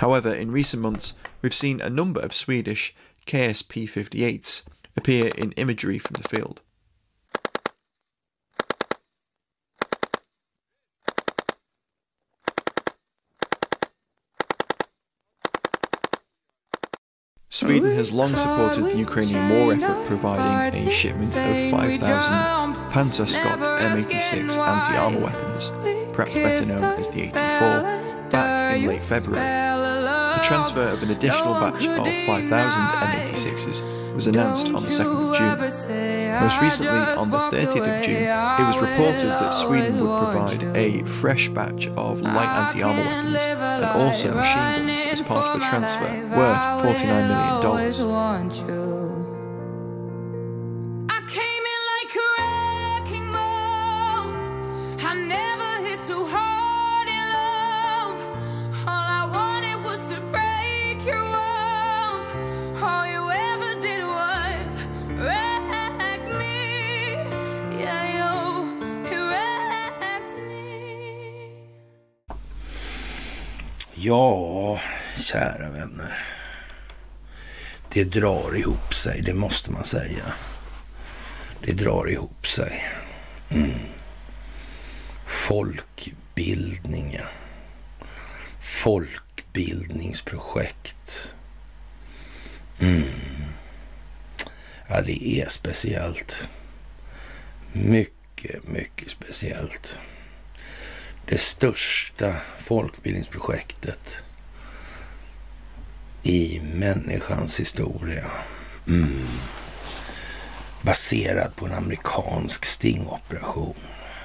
However, in recent months, we've seen a number of Swedish KSP-58s appear in imagery from the field. Sweden has long supported the Ukrainian war effort, providing a shipment of 5,000 Panzerskott M86 anti-armor weapons, perhaps better known as the 84, back in late February. The transfer of an additional batch of 5,000 M86s was announced on the 2nd of June. Most recently, on the 30th of June, it was reported that Sweden would provide a fresh batch of light anti-armor weapons and also machine guns as part of a transfer worth $49 million. Ja, kära vänner. Det drar ihop sig, det måste man säga. Det drar ihop sig. Folkbildningen. Folkbildningsprojekt. Ja, det är speciellt. Mycket, mycket speciellt. Det största folkbildningsprojektet i människans historia. Baserad på en amerikansk stingoperation.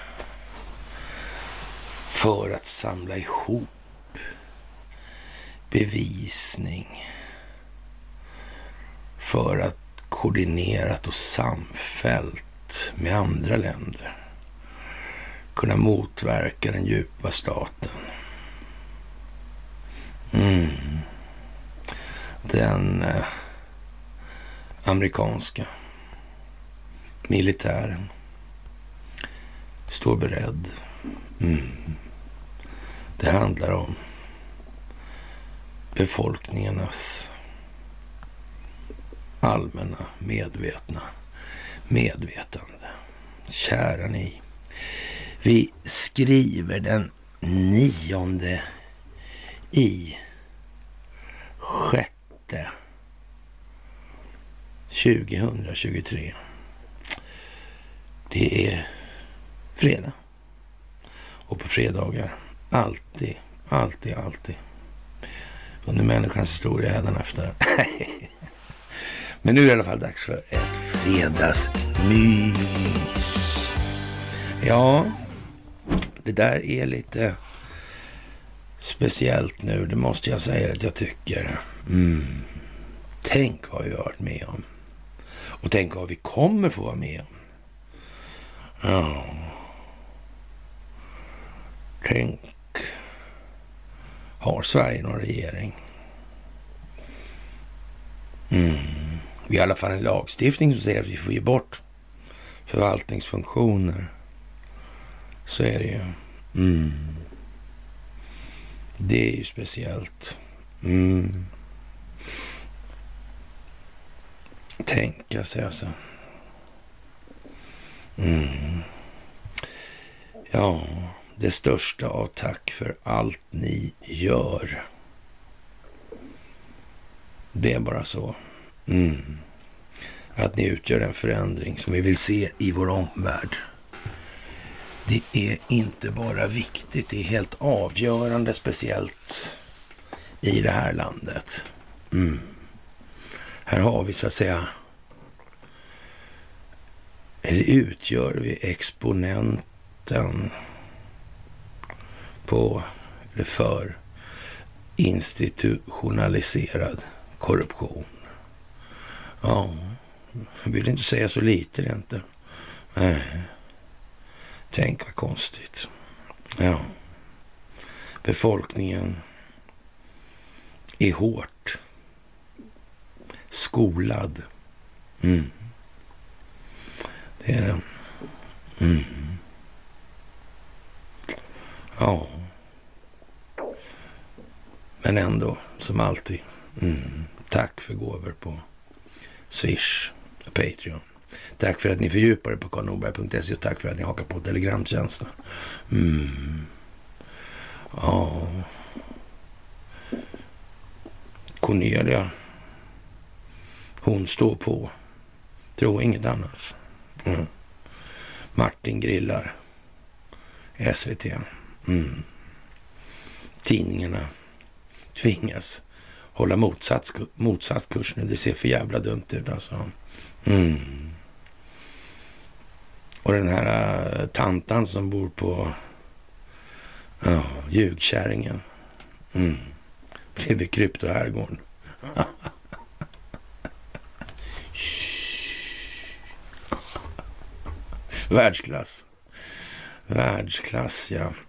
För att samla ihop bevisning. För att koordinerat och samfällt med andra länder kunna motverka den djupa staten. Den amerikanska militären står beredd. Det handlar om befolkningarnas allmänna medvetande. Kära ni. Vi skriver den 9 i 6 2023. Det är fredag. Och på fredagar alltid under människans historia hädanefter. Men nu är det i alla fall dags för ett fredagsmys. Ja, det där är lite speciellt nu, det måste jag säga att jag tycker. Tänk vad vi har varit med om. Och tänk vad vi kommer få vara med om. Ja. Tänk, har Sverige någon regering? Vi har i alla fall en lagstiftning som säger att vi får ge bort förvaltningsfunktioner. Så är det ju. Det är ju speciellt. Tänka sig alltså. Ja, det största av tack för allt ni gör. Det är bara så. Att ni utgör en förändring som vi vill se i vår omvärld. Det är inte bara viktigt, det är helt avgörande, speciellt i det här landet. Här har vi så att säga, eller utgör vi exponenten på, eller för institutionaliserad korruption. Ja, jag vill inte säga så lite det inte. Nej. Tänk vad konstigt. Ja. Befolkningen är hårt skolad. Det är det. Ja. Men ändå, som alltid, tack för gåvor på Swish och Patreon. Tack för att ni fördjupar er på karlnorberg.se och tack för att ni hakar på telegramtjänsten. Ja. Cornelia, hon står på. Tror inget annat. Martin grillar. SVT. Tidningarna tvingas hålla motsatt kurs nu. Det ser för jävla dumt ut alltså. Och den här tantan som bor på Ljugkärringen. Blev kryptoherrgården. Världsklass. Världsklass, ja.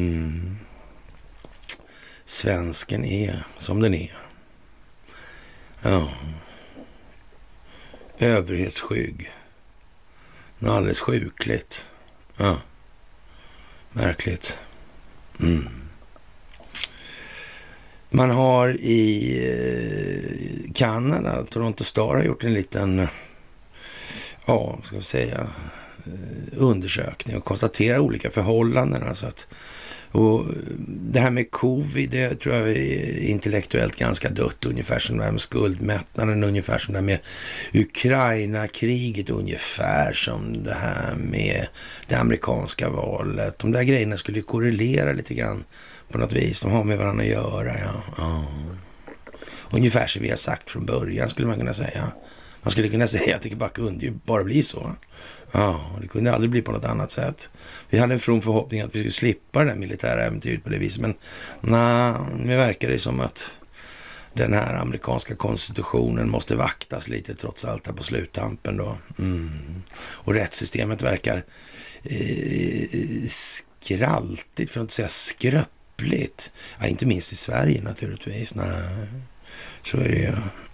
Svensken är som den är. Ja. Överhetsskygg. Något alldeles sjukligt. Ja. Märkligt. Man har i Kanada, Toronto Star har gjort en liten, ska vi säga, undersökning och konstaterar olika förhållanden. Alltså och det här med covid, det tror jag är intellektuellt ganska dött, ungefär som det här med skuldmättnaden, ungefär som det här med Ukraina-kriget, ungefär som det här med det amerikanska valet. De där grejerna skulle ju korrelera lite grann på något vis. De har med varandra att göra, ja. Ungefär som vi har sagt från början, skulle man kunna säga. Man skulle kunna säga att det bara kunde ju bara bli så. Ja, det kunde aldrig bli på något annat sätt. Vi hade en from förhoppning att vi skulle slippa det här militära äventyret på det viset. Men nu verkar det som att den här amerikanska konstitutionen måste vaktas lite trots allt här på sluttampen då. Och rättssystemet verkar skraltigt, för att inte säga skröpligt. Ja, inte minst i Sverige naturligtvis. Nej, så är det ju.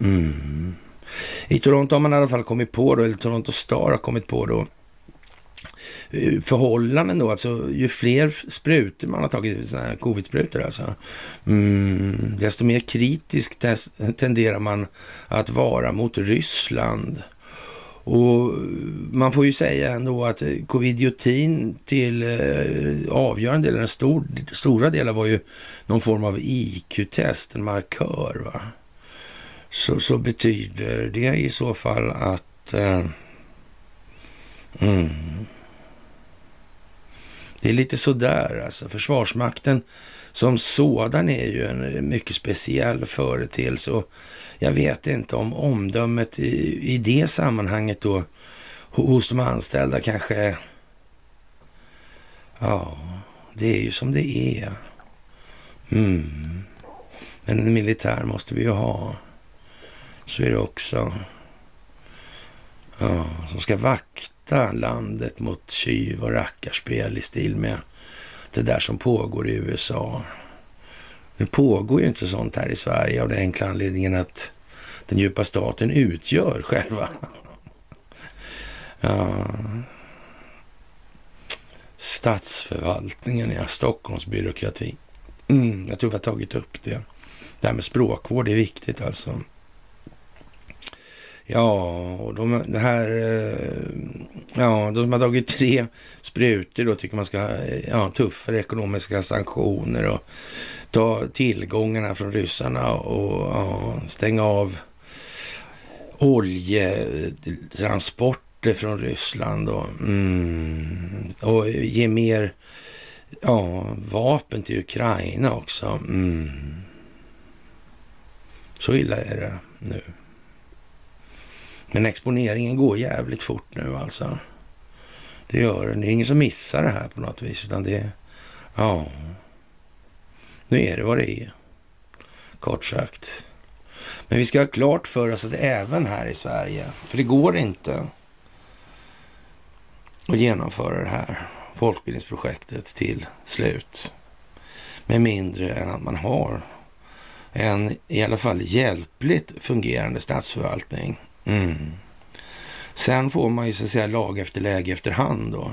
I Toronto har man i alla fall kommit på då, eller Toronto Star har kommit på då, förhållanden då, alltså ju fler sprutor man har tagit, sådana här covid-sprutor alltså, desto mer kritisk tenderar man att vara mot Ryssland. Och man får ju säga ändå att covidiotin till avgörande del, den stora delen var ju någon form av IQ-test, en markör, va. Så betyder det i så fall att det är lite sådär alltså. Försvarsmakten som sådan är ju en mycket speciell företeelse, och jag vet inte om omdömet i det sammanhanget då hos de anställda kanske, det är ju som det är. Men en militär måste vi ju ha. Så är det också. Som ska vakta landet mot tjuv och rackarspel i stil med det där som pågår i USA. Det pågår ju inte sånt här i Sverige av den enkla anledningen att den djupa staten utgör själva. Statsförvaltningen, Stockholmsbyråkrati. Jag tror vi har tagit upp det. Det här med språkvård är viktigt alltså. Och de som har tagit 3 sprutor då tycker man ska ha tuffare ekonomiska sanktioner och ta tillgångarna från ryssarna och stänga av oljetransporter från Ryssland och ge mer vapen till Ukraina också. Så illa är det nu. Men exponeringen går jävligt fort nu alltså. Det gör det. Det är ingen som missar det här på något vis, utan det är, nu är det vad det är. Kort sagt. Men vi ska ha klart för oss att även här i Sverige, för det går inte att genomföra det här folkbildningsprojektet till slut med mindre än att man har en i alla fall hjälpligt fungerande statsförvaltning. Sen får man ju så att säga lag efter läge efterhand då.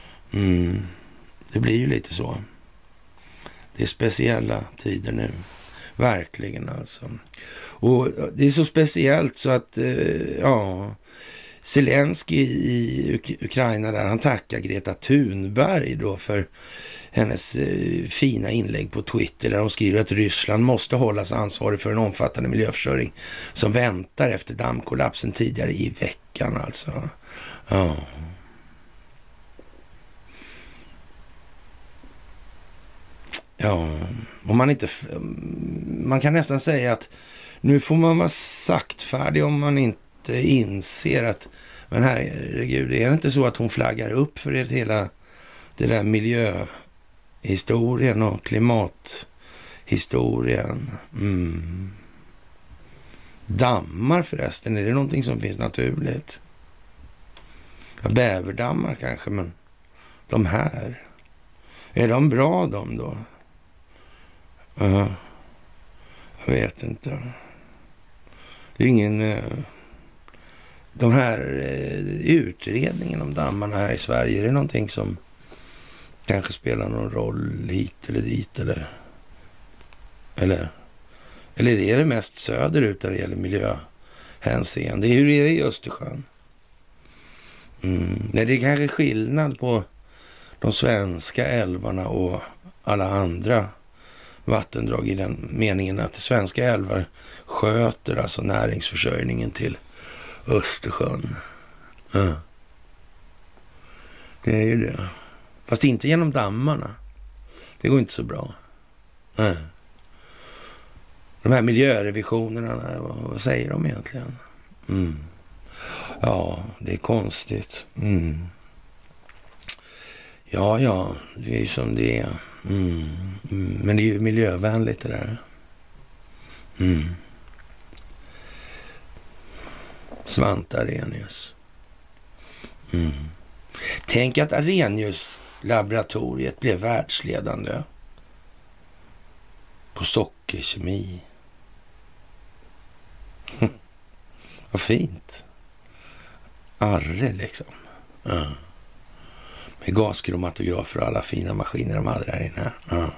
Det blir ju lite så. Det är speciella tider nu. Verkligen alltså. Och det är så speciellt så att, Zelensky i Ukraina där, han tackar Greta Thunberg då för hennes fina inlägg på Twitter där hon skriver att Ryssland måste hållas ansvarig för en omfattande miljöförstöring som väntar efter dammkollapsen tidigare i veckan alltså. Ja. Ja, om man kan nästan säga att nu får man vara saktfärdig om man inte inser att, men herregud, är det inte så att hon flaggar upp för hela det där miljöhistorien och klimathistorien? Dammar förresten, är det någonting som finns naturligt? Ja, bäverdammar kanske, men de här, är de bra de då? Jag vet inte. Det är ingen... De här utredningen om dammarna här i Sverige, är det någonting som kanske spelar någon roll hit eller dit? Eller är det mest söderut där det gäller miljöhänseende? Hur är det i Östersjön? Nej, det är kanske skillnad på de svenska älvarna och alla andra vattendrag i den meningen att svenska älvar sköter alltså näringsförsörjningen till Östersjön. Det är ju det. Fast inte genom dammarna. Det går inte så bra. De här miljörevisionerna, vad säger de egentligen? Ja, det är konstigt. Ja, det är ju som det är. Men det är ju miljövänligt det där. Svante Arrhenius. Tänk att Arrhenius-laboratoriet blev världsledande på sockerkemi. Vad fint. Arre liksom. Med gaskromatografer och alla fina maskiner de hade där inne.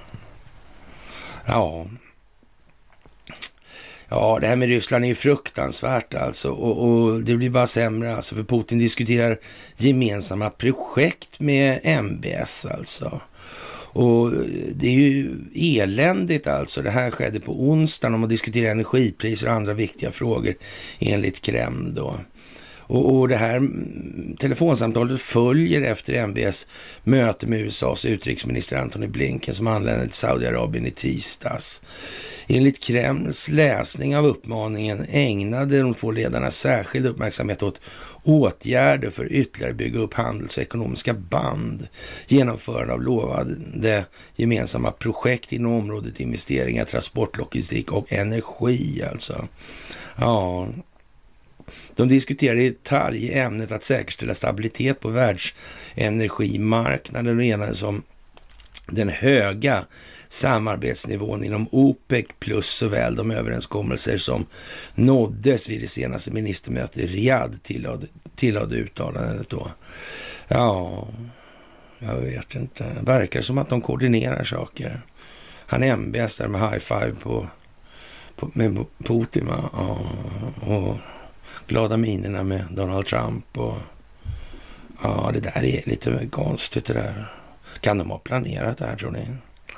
Ja, det här med Ryssland är ju fruktansvärt alltså. Och det blir bara sämre alltså. För Putin diskuterar gemensamma projekt med MBS alltså. Och det är ju eländigt alltså. Det här skedde på onsdagen. De har diskuterat energipriser och andra viktiga frågor enligt Kreml då. Och det här telefonsamtalet följer efter MBS möte med USAs utrikesminister Antony Blinken som anlände till Saudiarabien i tisdags. Enligt Kremls läsning av uppmaningen ägnade de två ledarna särskild uppmärksamhet åt åtgärder för ytterligare bygga upp handels- och ekonomiska band, genomförande av lovade gemensamma projekt inom området investeringar, transport, logistik och energi alltså. Ja, de diskuterade i detalj ämnet att säkerställa stabilitet på världsenergimarknaden och enades om den höga samarbetsnivån inom OPEC plus såväl de överenskommelser som nåddes vid det senaste ministermötet i Riyadh tillade uttalandet då. Ja, jag vet inte. Det verkar som att de koordinerar saker. Han är MBS där med high five med Putin, va? Ja, och glada minerna med Donald Trump och ja, det där är lite konstigt det där. Kan de ha planerat det här, tror ni?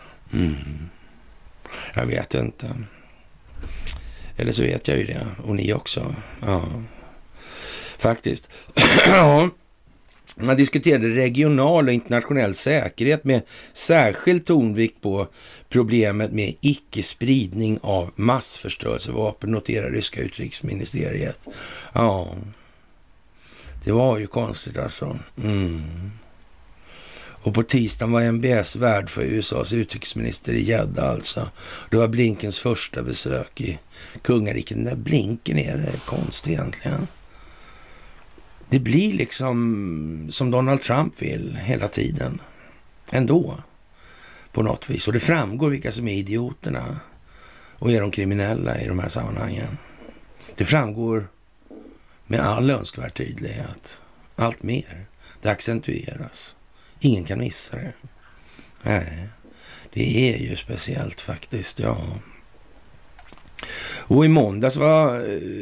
Jag vet inte. Eller så vet jag ju det. Och ni också. Ja, faktiskt. Ja. Man diskuterade regional och internationell säkerhet med särskild tonvikt på problemet med icke-spridning av massförstörelsevapen, noterar ryska utrikesministeriet. Ja, det var ju konstigt alltså. Och på tisdagen var MBS värd för USAs utrikesminister i Jeddah alltså. Det var Blinkens första besök i kungariket. När Blinken är det konstigt egentligen. Det blir liksom som Donald Trump vill hela tiden. Ändå. På något vis. Och det framgår vilka som är idioterna och är de kriminella i de här sammanhangen. Det framgår med all önskvärd tydlighet. Allt mer. Det accentueras. Ingen kan missa det. Nej, det är ju speciellt faktiskt, ja. Och i måndags var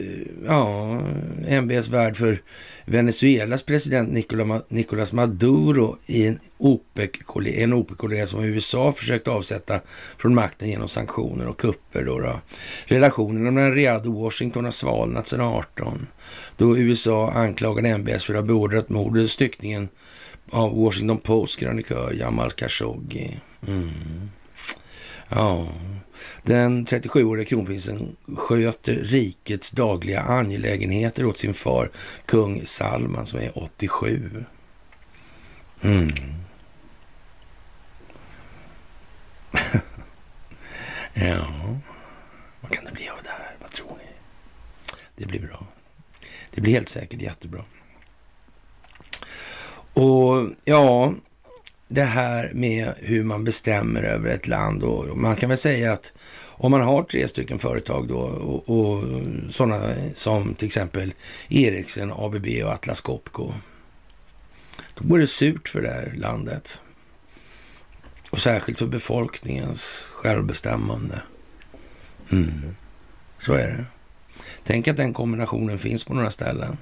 MBS värd för Venezuelas president Nicolás Maduro i en OPEC-kollega som USA försökt avsätta från makten genom sanktioner och kupper. Då. Relationerna mellan Riyadh och Washington har svalnat sedan 18, då USA anklagade MBS för att ha beordrat mordet och styckningen av Washington Post-krönikör Jamal Khashoggi. Ja, den 37-åriga kronprinsen sköter rikets dagliga angelägenheter åt sin far, kung Salman, som är 87. Ja, vad kan det bli av det här? Vad tror ni? Det blir bra. Det blir helt säkert jättebra. Och ja, det här med hur man bestämmer över ett land, och man kan väl säga att om man har 3 stycken företag då och sådana som till exempel Ericsson, ABB och Atlas Copco, då går det surt för det här landet. Och särskilt för befolkningens självbestämmande. Så är det. Tänk att den kombinationen finns på några ställen.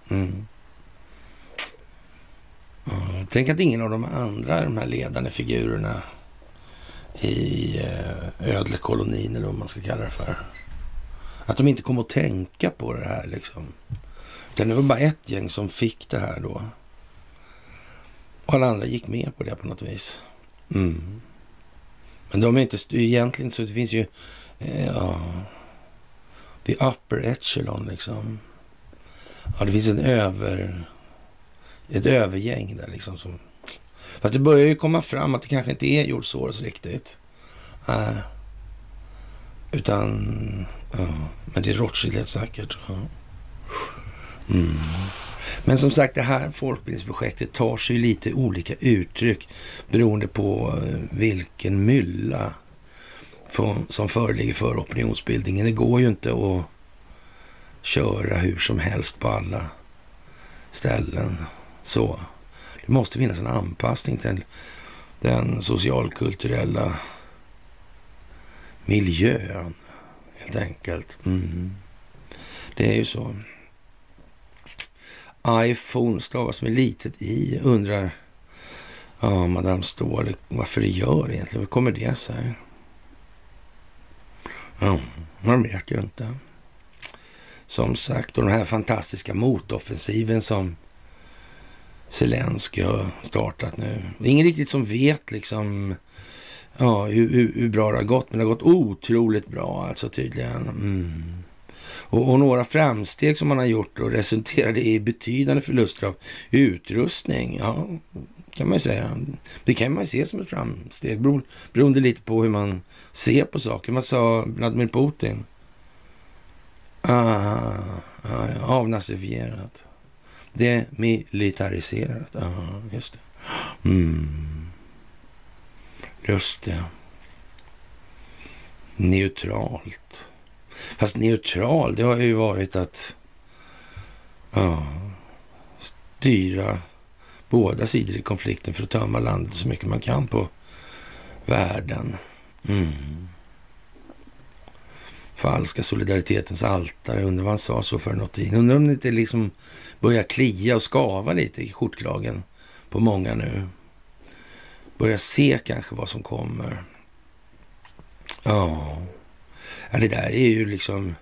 Tänk att ingen av de här ledande figurerna i ödlekolonin, eller vad man ska kalla det för, att de inte kom att tänka på det här liksom. Utan det var bara ett gäng som fick det här då. Och alla andra gick med på det på något vis. Men de är inte egentligen, så det finns ju the upper echelon liksom. Ja, det finns ett övergäng där liksom som... Fast det börjar ju komma fram att det kanske inte är George Soros riktigt. Men det är Rothschild helt säkert. Men som sagt, det här folkbildningsprojektet tar sig lite olika uttryck beroende på vilken mylla som föreligger för opinionsbildningen. Det går ju inte att köra hur som helst på alla ställen. Så det måste finnas en anpassning till den socialkulturella miljön, helt enkelt. Det är ju så. iPhone stavas med litet i, undrar Madame Ståhl varför det gör egentligen. Hur kommer det sig? Man vet ju inte. Som sagt, och den här fantastiska motoffensiven som Zelenskyj har startat nu. Det är ingen riktigt som vet liksom hur bra det har gått, men det har gått otroligt bra alltså tydligen. Och några framsteg som man har gjort och resulterade i betydande förluster av utrustning, kan man säga. Det kan man se som ett framsteg, beroende lite på hur man ser på saker. Vad sa Vladimir Putin? Avnazifierat. Demilitariserat. Just det. Just det. Neutralt. Fast neutral, det har ju varit att styra båda sidor i konflikten för att tömma landet så mycket man kan på världen. Falska solidaritetens altare, undrar vad han sa så för något tid. Undrar om det inte liksom börjar klia och skava lite i skjortkragen på många nu. Börjar se kanske vad som kommer. Ja, det där är ju liksom...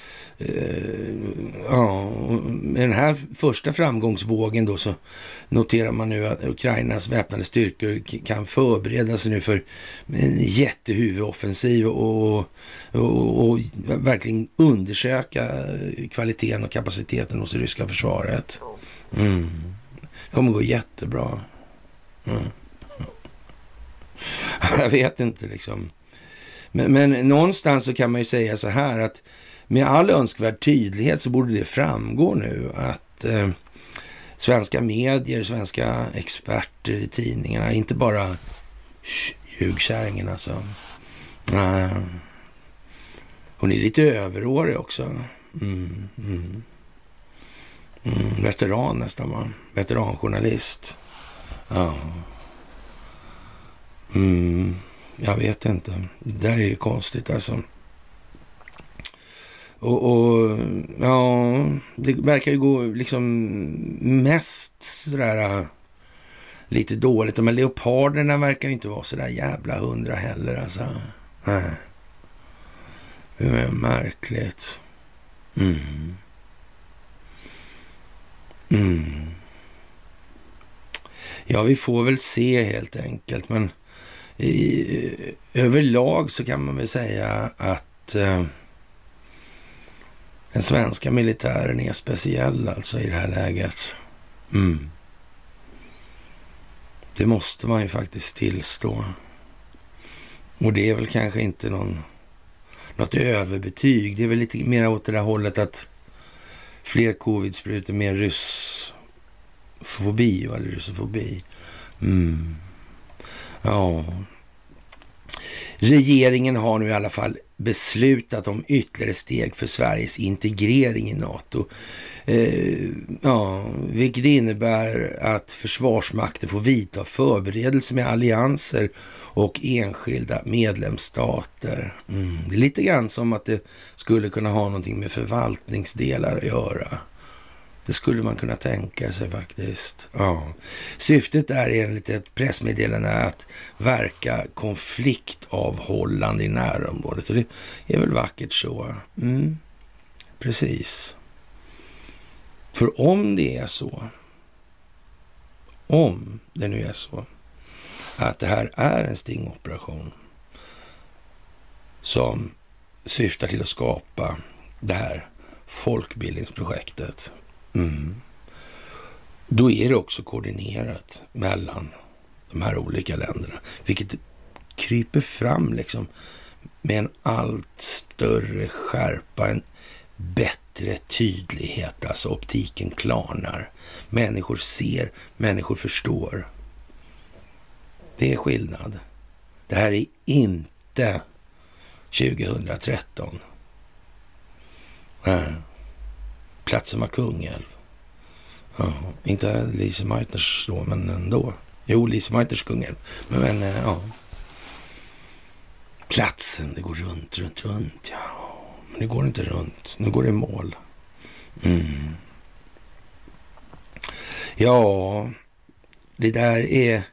med den här första framgångsvågen då så noterar man nu att Ukrainas väpnade styrkor kan förbereda sig nu för en jättehuvudoffensiv och verkligen undersöka kvaliteten och kapaciteten hos det ryska försvaret. Det kommer gå jättebra. Jag vet inte liksom. Men någonstans så kan man ju säga så här att med all önskvärd tydlighet så borde det framgå nu att svenska medier, svenska experter i tidningarna, inte bara ljugkärringen alltså. Hon är lite överårig också. Veteran nästan, va? Veteranjournalist. Ja. Jag vet inte. Det där är ju konstigt alltså. Och ja, det verkar ju gå liksom mest sådär lite dåligt. De här leoparderna verkar ju inte vara sådär jävla 100 heller alltså. Nej. Det är märkligt. Ja, vi får väl se helt enkelt. Men överlag så kan man väl säga att den svenska militären är speciell alltså i det här läget. Det måste man ju faktiskt tillstå. Och det är väl kanske inte något överbetyg. Det är väl lite mer åt det där hållet att fler covid-sprutor, mer ryssfobi eller russofobi. Ja. Regeringen har nu i alla fall beslutat om ytterligare steg för Sveriges integrering i NATO. Vilket innebär att Försvarsmakten får vidta förberedelser med allianser och enskilda medlemsstater. Det är lite grann som att det skulle kunna ha någonting med förvaltningsdelar att göra. Det skulle man kunna tänka sig faktiskt. Ja. Syftet är enligt ett pressmeddelande att verka konfliktavhållande i närområdet. Och det är väl vackert så. Precis. För om det är så, om det nu är så att det här är en stingoperation som syftar till att skapa det här folkbildningsprojektet, då är det också koordinerat mellan de här olika länderna, vilket kryper fram liksom med en allt större skärpa, en bättre tydlighet, alltså optiken klarnar. Människor ser, människor förstår. Det är skillnad. Det här är inte 2013. Platsen var Kungälv. Ja, inte Lise Meitners då, men ändå. Jo, Lise Meitners Kungälv. Men ja. Platsen, det går runt, ja. Men det går inte runt. Nu går det i mål. Ja, det där är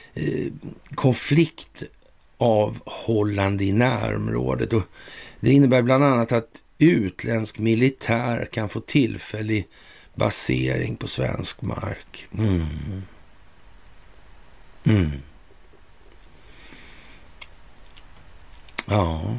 konfliktavhållande i närområdet. Och det innebär bland annat att utländsk militär kan få tillfällig basering på svensk mark. Ja.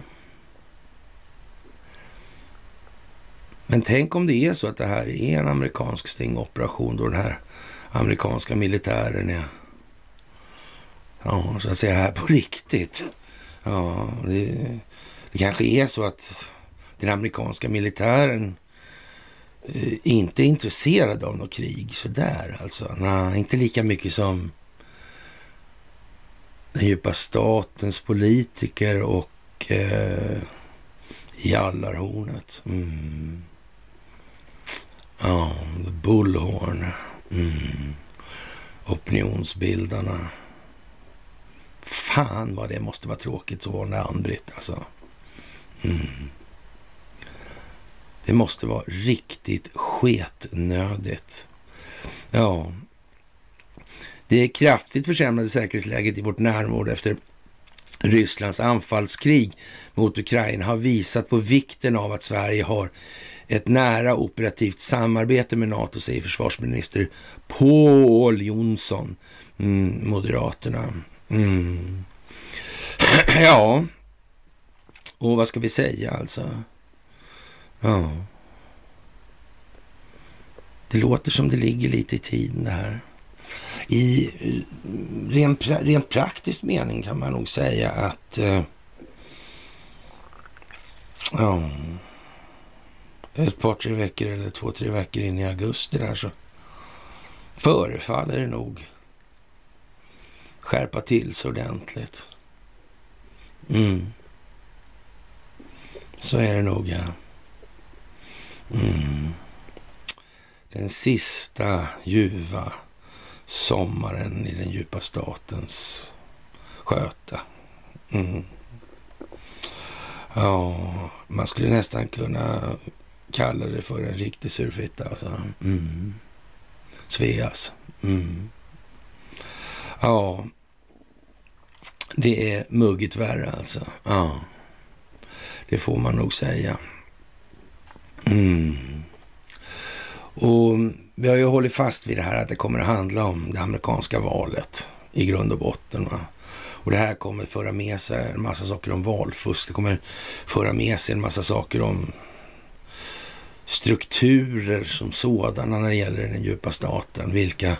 Men tänk om det är så att det här är en amerikansk stingoperation då den här amerikanska militären är så att säga här på riktigt. Ja, det kanske är så att den amerikanska militären inte är intresserad av något krig så där alltså. Nej, inte lika mycket som den djupa statens politiker och Jallarhornet. Ja, the Bullhorn. Opinionsbildarna. Fan vad det måste vara tråkigt så var det Ann-Britt alltså. Det måste vara riktigt sketnödigt. Ja. Det är kraftigt försämrade säkerhetsläget i vårt närområde efter Rysslands anfallskrig mot Ukraina har visat på vikten av att Sverige har ett nära operativt samarbete med NATO, säger försvarsminister Pål Jonsson, Moderaterna. Ja, och vad ska vi säga alltså? Ja. Det låter som det ligger lite i tiden det här. I rent praktisk mening kan man nog säga att ett par, 3 veckor eller 2-3 veckor in i augusti där så förefaller det nog skärpa till så ordentligt. Så är det nog, ja. Den sista ljuva sommaren i den djupa statens sköta. Ja, man skulle nästan kunna kalla det för en riktig surfitta. Alltså. Sveas. Ja, det är muggigt värre alltså. Ja, det får man nog säga. Och vi har ju hållit fast vid det här att det kommer att handla om det amerikanska valet i grund och botten. Va? Och det här kommer föra med sig en massa saker om valfusk. Det kommer föra med sig en massa saker om strukturer som sådana när det gäller den djupa staten. Vilken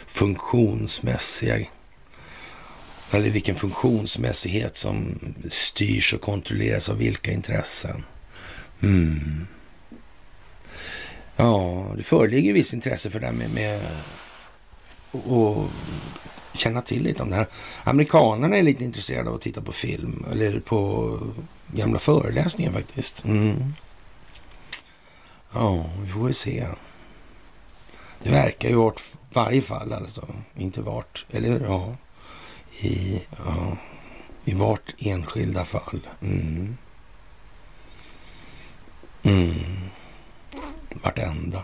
funktionsmässighet som styrs och kontrolleras av vilka intressen. Ja, det föreligger viss intresse för det med att känna till lite om det här. Amerikanerna är lite intresserade av att titta på film eller på gamla föreläsningar faktiskt. Ja, vi får väl se. Det verkar ju vart varje fall alltså. Inte vart, eller ja. I vart enskilda fall. Vartenda.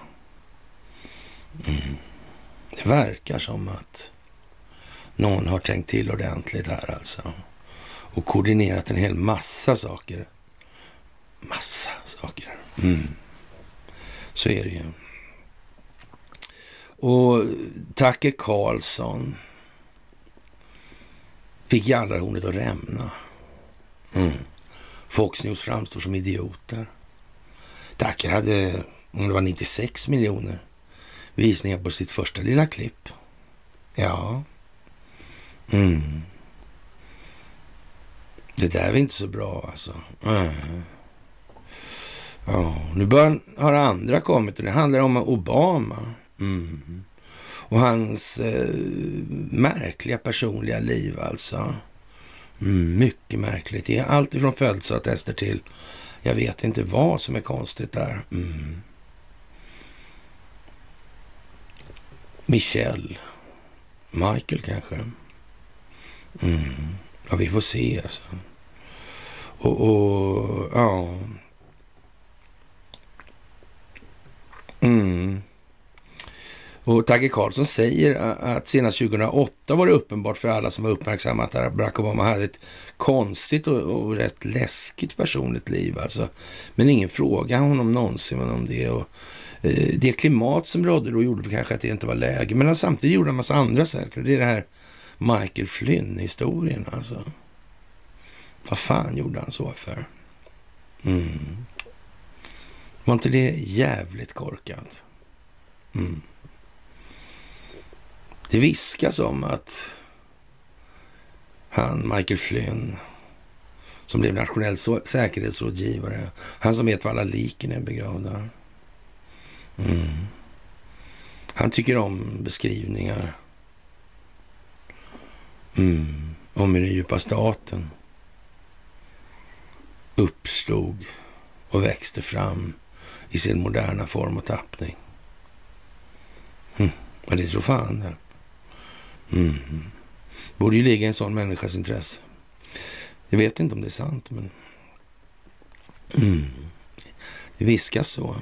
Det verkar som att någon har tänkt till ordentligt här alltså. Och koordinerat en hel massa saker. Så är det ju. Och Tucker Carlson fick jallarhornet att rämna. Fox News framstår som idioter. Tucker hade, om det var 96 miljoner visningar på sitt första lilla klipp. Ja. Det där är inte så bra alltså. Ja, nu har andra kommit och det handlar om Obama. Och hans märkliga personliga liv alltså. Mycket märkligt. Det är allt ifrån födelsedagsfester till jag vet inte vad som är konstigt där. Michael kanske. Ja, vi får se alltså. Och ja. Och Tucker Carlson säger att senast 2008 var det uppenbart för alla som var uppmärksammat att Barack Obama hade ett konstigt och rätt läskigt personligt liv alltså. Men ingen frågade honom någonsin om det. Och det klimat som rådde då gjorde kanske att det inte var läge. Men samtidigt gjorde en massa andra saker. Det är det här Michael Flynn-historien alltså. Vad fan gjorde han så för? Var inte det jävligt korkat? Det viskas om att Michael Flynn, som blev nationell säkerhetsrådgivare, han som vet vad alla liken är begravda. Han tycker om beskrivningar om hur den djupa staten uppstod och växte fram i sin moderna form och tappning. Men det tror fan det. Borde ju ligga i en sån människas intresse. Jag vet inte om det är sant, men det viskas så.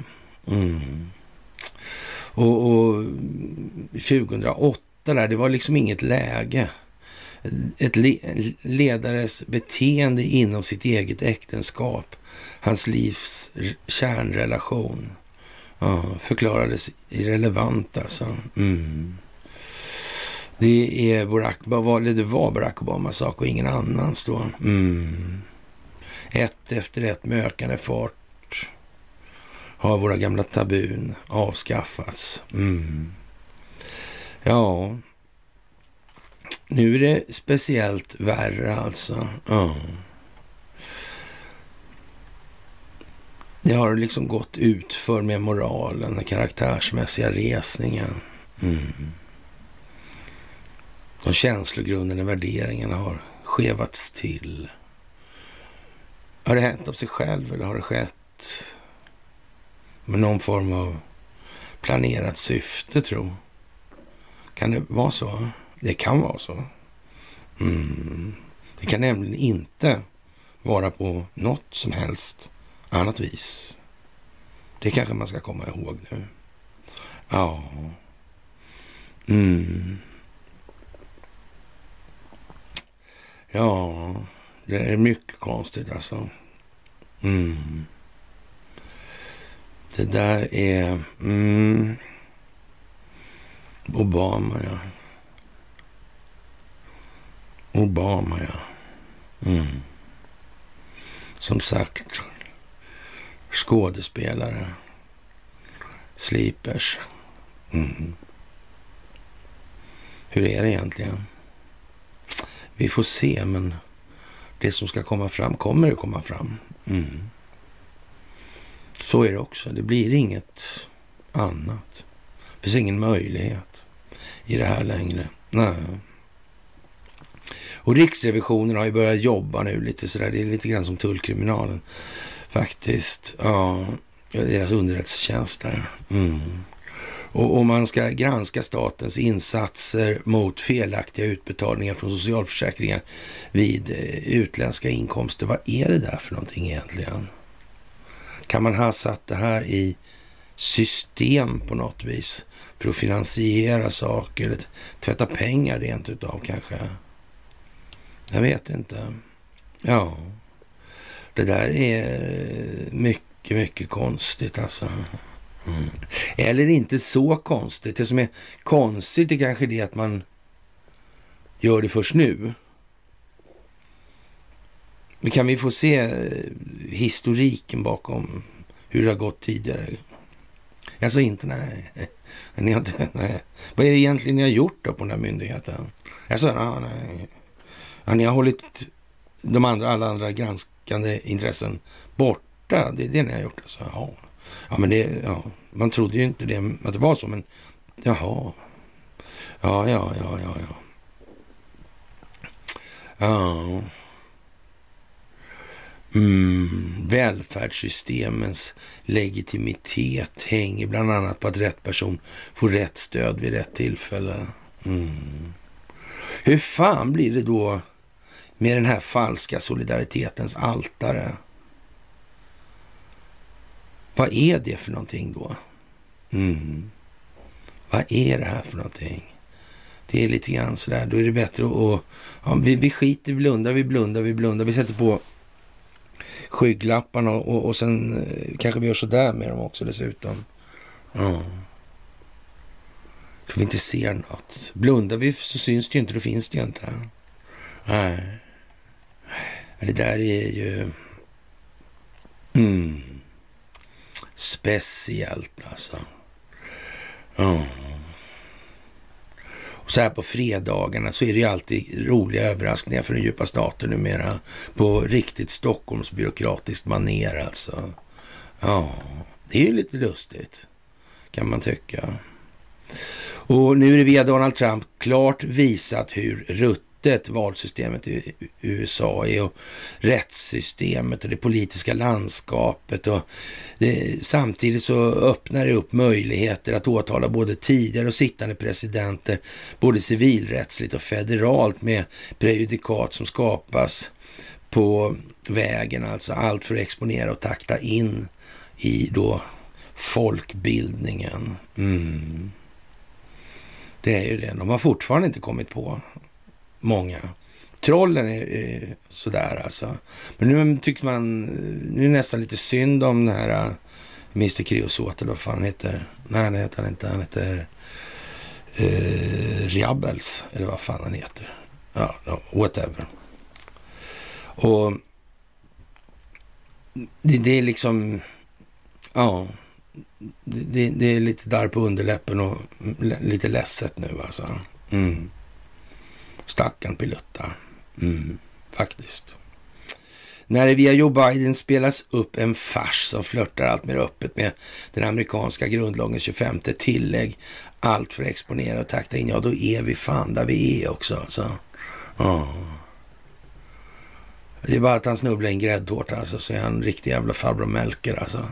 Och 2008 där, det var liksom inget läge. Ett ledares beteende inom sitt eget äktenskap, hans livs kärnrelation, förklarades irrelevant alltså. Det var Barack Obamas sak och ingen annans då. Ett efter ett med ökande fart har våra gamla tabun avskaffats. Ja, nu är det speciellt värre alltså. Det har liksom gått ut för med moralen, den karaktärsmässiga resningen. De känslogrunderna, värderingarna har skevats till. Har det hänt av sig själv eller har det skett med någon form av planerat syfte, tro? Kan det vara så? Det kan vara så. Det kan nämligen inte vara på något som helst annat vis. Det kanske man ska komma ihåg nu. Ja. Ja, det är mycket konstigt alltså. Det där är Obama, ja. Som sagt, skådespelare, slipers. Hur är det egentligen? Vi får se, men det som ska komma fram kommer att komma fram. Så är det också. Det blir inget annat. Det finns ingen möjlighet i det här längre. Nej. Och Riksrevisionen har ju börjat jobba nu lite sådär. Det är lite grann som tullkriminalen faktiskt. Ja, deras underrättelsetjänst där. Och man ska granska statens insatser mot felaktiga utbetalningar från socialförsäkringar vid utländska inkomster. Vad är det där för någonting egentligen? Kan man ha satt det här i system på något vis för att finansiera saker eller tvätta pengar rent utav kanske? Jag vet inte. Ja, det där är mycket, mycket konstigt alltså. Eller inte så konstigt. Det som är konstigt är kanske det att man gör det först nu. Men kan vi få se historiken bakom hur det har gått tidigare? Alltså inte, nej. Nej. Vad är det egentligen ni har gjort då på den här myndigheten? Alltså, nej. Ja, ni har hållit alla andra granskande intressen borta. Det är det ni har gjort alltså. Ja, men det, ja, man trodde ju inte det, att det var så, men jaha. Ja. Välfärdssystemens legitimitet hänger bland annat på att rätt person får rätt stöd vid rätt tillfälle. Hur fan blir det då med den här falska solidaritetens altare? Vad är det för någonting då? Vad är det här för någonting? Det är lite grann sådär. Då är det bättre att... Ja, vi skiter, vi blundar. Vi sätter på skygglapparna och sen kanske vi gör sådär med dem också dessutom. Ja. För vi inte ser något. Blundar vi så syns det ju inte, då finns det ju inte. Nej. Det där är ju... speciellt alltså. Och så här på fredagarna så är det ju alltid roliga överraskningar för den djupa staten numera. På riktigt Stockholms byråkratiskt maner alltså. Ja, det är ju lite lustigt kan man tycka. Och nu är det via Donald Trump klart visat hur ruttet valsystemet i USA är och rättssystemet och det politiska landskapet. Och samtidigt så öppnar det upp möjligheter att åtala både tidigare och sittande presidenter, både civilrättsligt och federalt med prejudikat som skapas på vägen. Alltså allt för att exponera och takta in i då folkbildningen. Det är ju det. De har fortfarande inte kommit på många. Trollen är sådär alltså. Men nu tycker man, nu är det nästan lite synd om den här Mr. Creosote, eller vad fan heter. Nej, det heter han inte. Han heter Riabels, eller vad fan han heter. Ja, whatever. Och det är liksom, ja, det är lite där på underläppen och lite ledset nu alltså. Stackarn pilutta. Faktiskt. När det via Joe Biden spelas upp en fars som flörtar allt mer öppet med den amerikanska grundlagens 25 tillägg, allt för att exponera och takta in, ja då är vi fan där vi är också alltså. Det är bara att han snubblar in gräddtårta alltså, så är han en riktig jävla farbror Melker alltså.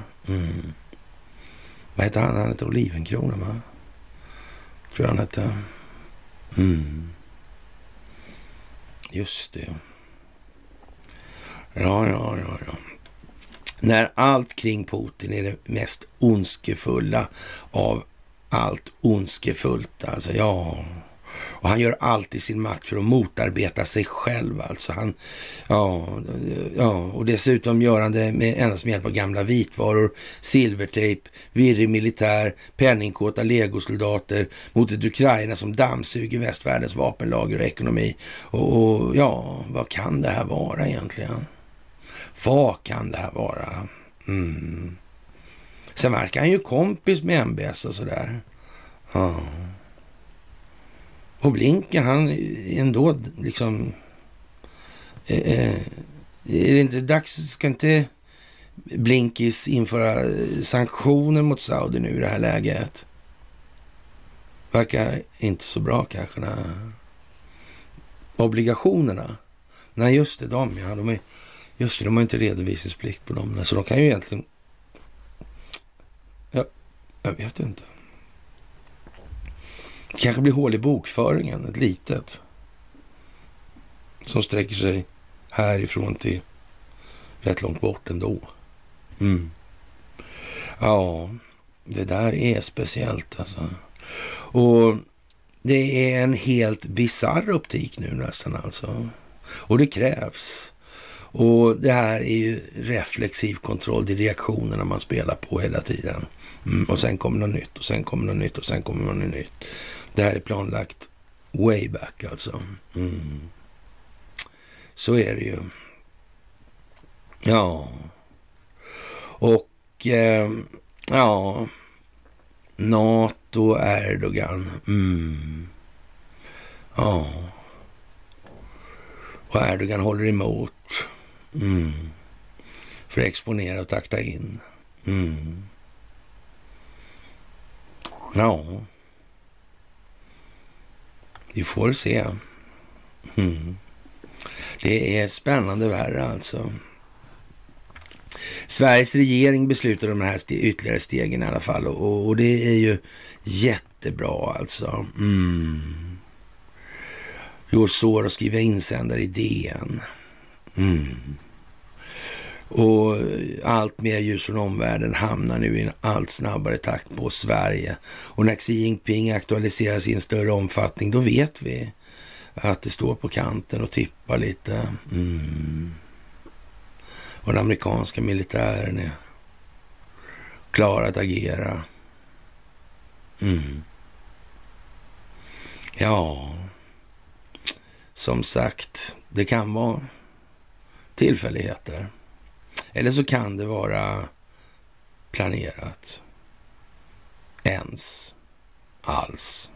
Vad heter han? Han heter Olivenkrona, va? Tror jag han heter. Just det. Ja. När allt kring Putin är det mest ondskefulla av allt ondskefullt. Alltså, ja. Och han gör allt i sin makt för att motarbeta sig själv. Alltså han, och dessutom gör han det med endast med hjälp av gamla vitvaror, silvertejp, virrig militär, penningkåta legosoldater mot ett Ukraina som dammsuger västvärldens vapenlager och ekonomi. Och vad kan det här vara egentligen? Vad kan det här vara? Sen verkar han ju kompis med MBS och sådär. Ja. Och Blinken, han ändå liksom... är det inte dags, ska inte Blinkis införa sanktioner mot Saudi nu i det här läget? Verkar inte så bra kanske. Nej. Obligationerna. Nej, just det, de har inte redovisningsplikt på dem. Så de kan ju egentligen... Ja, jag vet inte. Det kanske blir hål i bokföringen, ett litet. Som sträcker sig härifrån till rätt långt bort ändå. Ja, det där är speciellt alltså. Och det är en helt bizarr optik nu nästan alltså. Och det krävs. Och det här är ju reflexiv kontroll, det är reaktionerna man spelar på hela tiden. Och sen kommer något nytt och sen kommer något nytt och sen kommer något nytt. Det här är planlagt way back alltså. Så är det ju. Ja. Och NATO, Erdogan. Ja. Och Erdogan håller emot. För att exponera och takta in. Ja. Vi får se. Det är spännande värre alltså. Sveriges regering beslutar om de här ytterligare stegen i alla fall. Och det är ju jättebra alltså. George Soros skriver insändare i DN. Och allt mer ljus från omvärlden hamnar nu i en allt snabbare takt på Sverige. Och när Xi Jinping aktualiseras i en större omfattning, då vet vi att det står på kanten och tippar lite. Och den amerikanska militären är klar att agera. Ja, som sagt, det kan vara tillfälligheter. Eller så kan det vara planerat. Ens. Alls.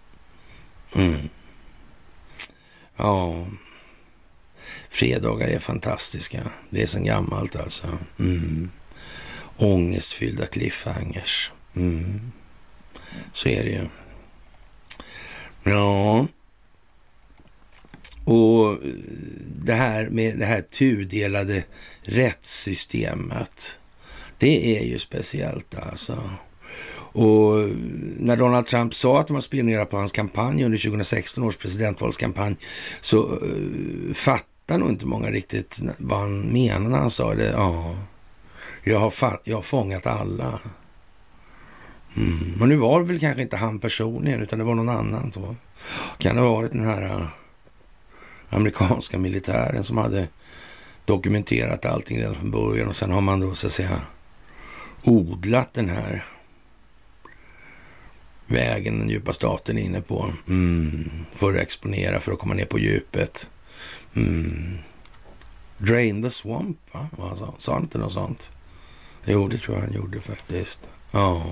Ja. Fredagar är fantastiska. Det är sedan gammalt alltså. Ångestfyllda cliffhangers. Så är det ju. Ja. Och det här med det här tudelade rättssystemet, det är ju speciellt alltså. Och när Donald Trump sa att de har spionerat på hans kampanj under 2016 års presidentvalskampanj, så fattar nog inte många riktigt vad han menar när han sa det. Ja, jag har fångat alla. Men nu var det väl kanske inte han personligen, utan det var någon annan. Så kan det ha varit den här amerikanska militären som hade dokumenterat allting redan från början, och sen har man då så att säga odlat den här vägen den djupa staten är inne på för att exponera, för att komma ner på djupet. Drain the swamp, va? Sa han inte något sånt? Jo, det tror jag han gjorde faktiskt. Ja.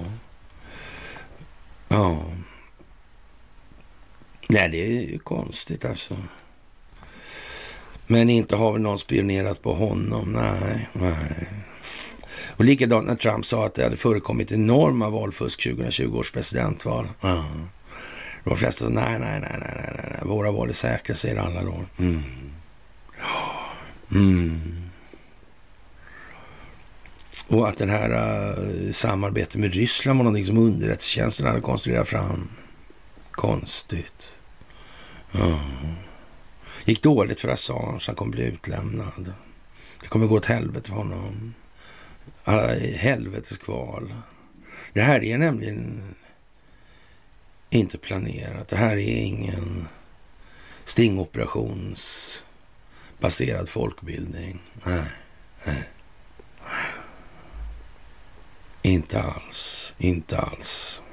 Nej, det är ju konstigt alltså. Men inte har väl någon spionerat på honom? Nej. Och likadant när Trump sa att det hade förekommit enorma valfusk 2020 års presidentval. De flesta sa nej. Våra val är säkra, säger alla då. Och att den här samarbetet med Ryssland var någonting som underrättelsetjänsten hade konstruerat fram. Konstigt. Gick dåligt för Assange, han kommer bli utlämnad. Det kommer gå åt helvete för honom. Alla helvetes kval. Det här är nämligen inte planerat. Det här är ingen stingoperationsbaserad folkbildning. Nej. Inte alls.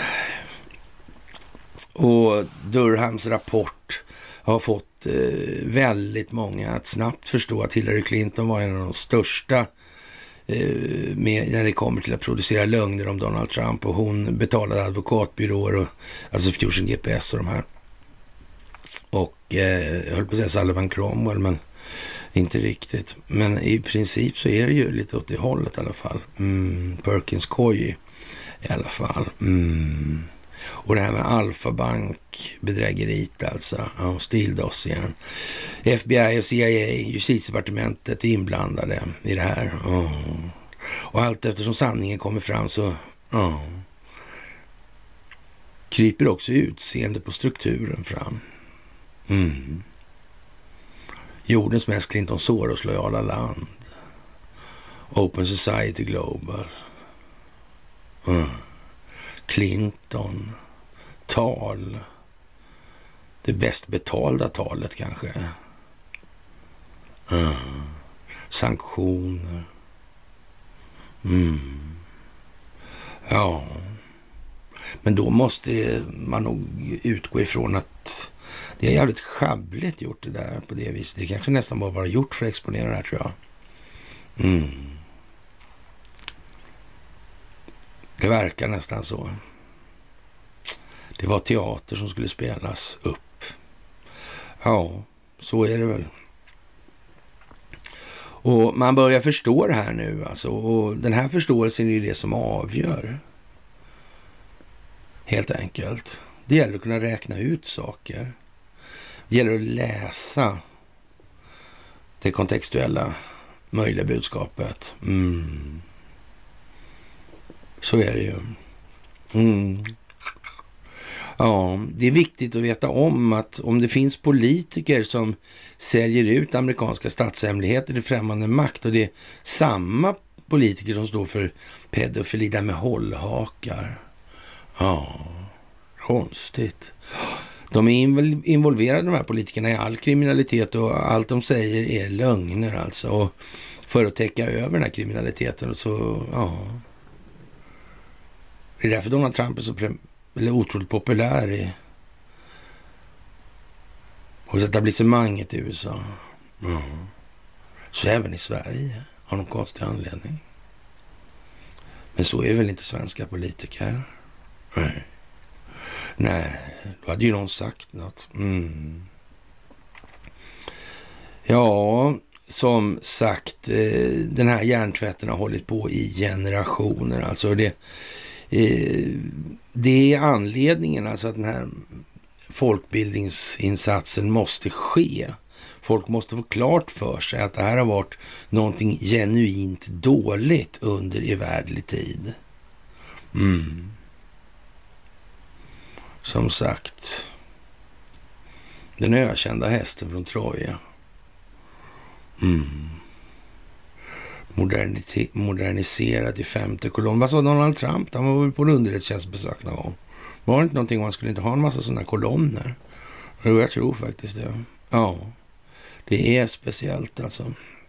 Och Durhams rapport har fått väldigt många att snabbt förstå att Hillary Clinton var en av de största när det kommer till att producera lögner om Donald Trump, och hon betalade advokatbyråer och alltså Fusion GPS och de här. Och jag höll på att säga Sullivan Cromwell, men inte riktigt. Men i princip så är det ju lite åt det hållet i alla fall. Perkins Coie i alla fall. Och det här med Alfa-bank bedrägeriet alltså. Ja, Stildossiern. FBI och CIA, justitiedepartementet är inblandade i det här. Och allt eftersom sanningen kommer fram så kryper också utseende på strukturen fram. Jordens mest Clinton Soros-lojala land. Open Society Global. Clinton. Tal. Det bäst betalda talet kanske. Sanktioner. Ja. Men då måste man nog utgå ifrån att det är jävligt schabbligt gjort det där på det viset. Det kanske nästan bara var gjort för att exponera det här, tror jag. Det verkar nästan så. Det var teater som skulle spelas upp. Ja, så är det väl. Och man börjar förstå det här nu alltså. Och den här förståelsen är ju det som avgör. Helt enkelt. Det gäller att kunna räkna ut saker. Det gäller att läsa det kontextuella möjliga budskapet. Så är det ju. Ja, det är viktigt att veta om att om det finns politiker som säljer ut amerikanska statshemligheter till främmande makt, och det är samma politiker som står för pedofili där med hållhakar. Ja, konstigt. De är involverade, de här politikerna, i all kriminalitet, och allt de säger är lögner alltså. Och för att täcka över den här kriminaliteten, och så, ja. Det är därför Donald Trump är så otroligt populär hos etablissemanget i USA. Så även i Sverige, av någon konstig anledning. Men så är väl inte svenska politiker? Nej, då hade ju någon sagt något. Ja, som sagt, den här hjärntvätten har hållit på i generationer. Alltså det är anledningen alltså att den här folkbildningsinsatsen måste ske. Folk måste få klart för sig att det här har varit någonting genuint dåligt under evärdlig tid. Som sagt, den ökända hästen från Troja. Moderniserad i 5:e kolonn. Vad sa Donald Trump? Han var väl på en underrättelsetjänstbesök någon gång. Var det inte någonting om man skulle inte ha en massa sådana kolonner? Jo, jag tror faktiskt det. Ja, det är speciellt alltså.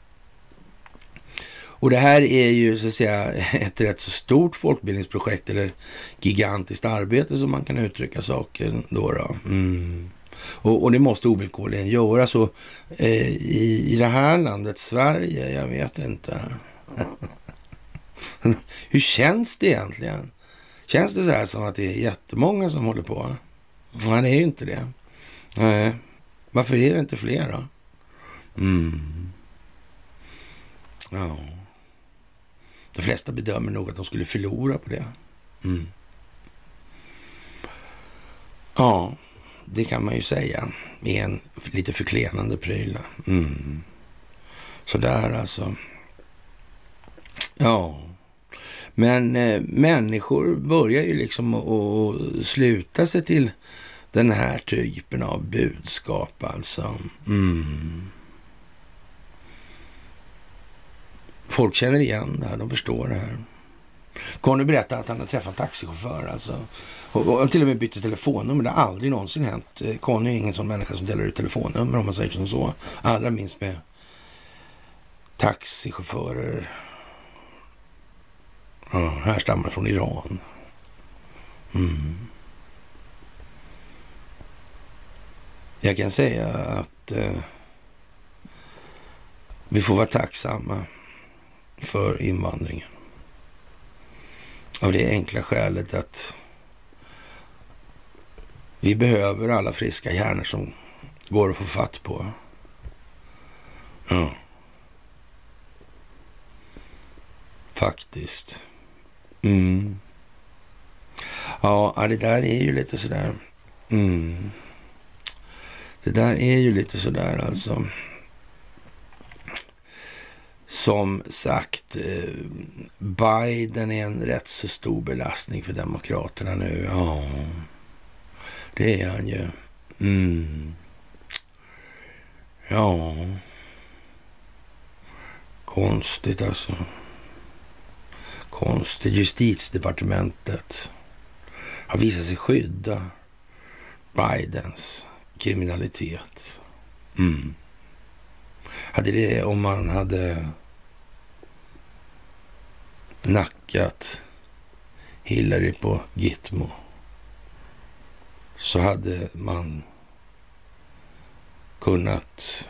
Och det här är ju så att säga ett rätt så stort folkbildningsprojekt, eller gigantiskt arbete som man kan uttrycka saker då. Och det måste ovillkorligen göra så i det här landet, Sverige, jag vet inte. Hur känns det egentligen? Känns det så här som att det är jättemånga som håller på? Nej, det är ju inte det. Nej. Varför är det inte fler då? Ja. De flesta bedömer nog att de skulle förlora på det. Ja, det kan man ju säga. Med en lite förklenande pryl. Så där alltså. Ja. Men människor börjar ju liksom att sluta sig till den här typen av budskap alltså. Folk känner igen det här, de förstår det här. Conny berättade att han har träffat taxichaufför alltså. Och till och med bytte telefonnummer. Det har aldrig någonsin hänt. Conny är ingen sån människa som delar ut telefonnummer om man säger som så. Allra minst med taxichaufförer. Ja, här stammar från Iran. Jag kan säga att vi får vara tacksamma för invandringen. Av det enkla skälet att vi behöver alla friska hjärnor som går att få fatt på. Ja. Faktiskt. Ja, det där är ju lite sådär. Det där är ju lite sådär alltså. Som sagt, Biden är en rätt så stor belastning för demokraterna nu. Ja, det är han ju. Ja, konstigt alltså. Konstigt. Justitiedepartementet har visat sig skydda Bidens kriminalitet. Hade det, om man hade nackat Hillary på Gitmo, så hade man kunnat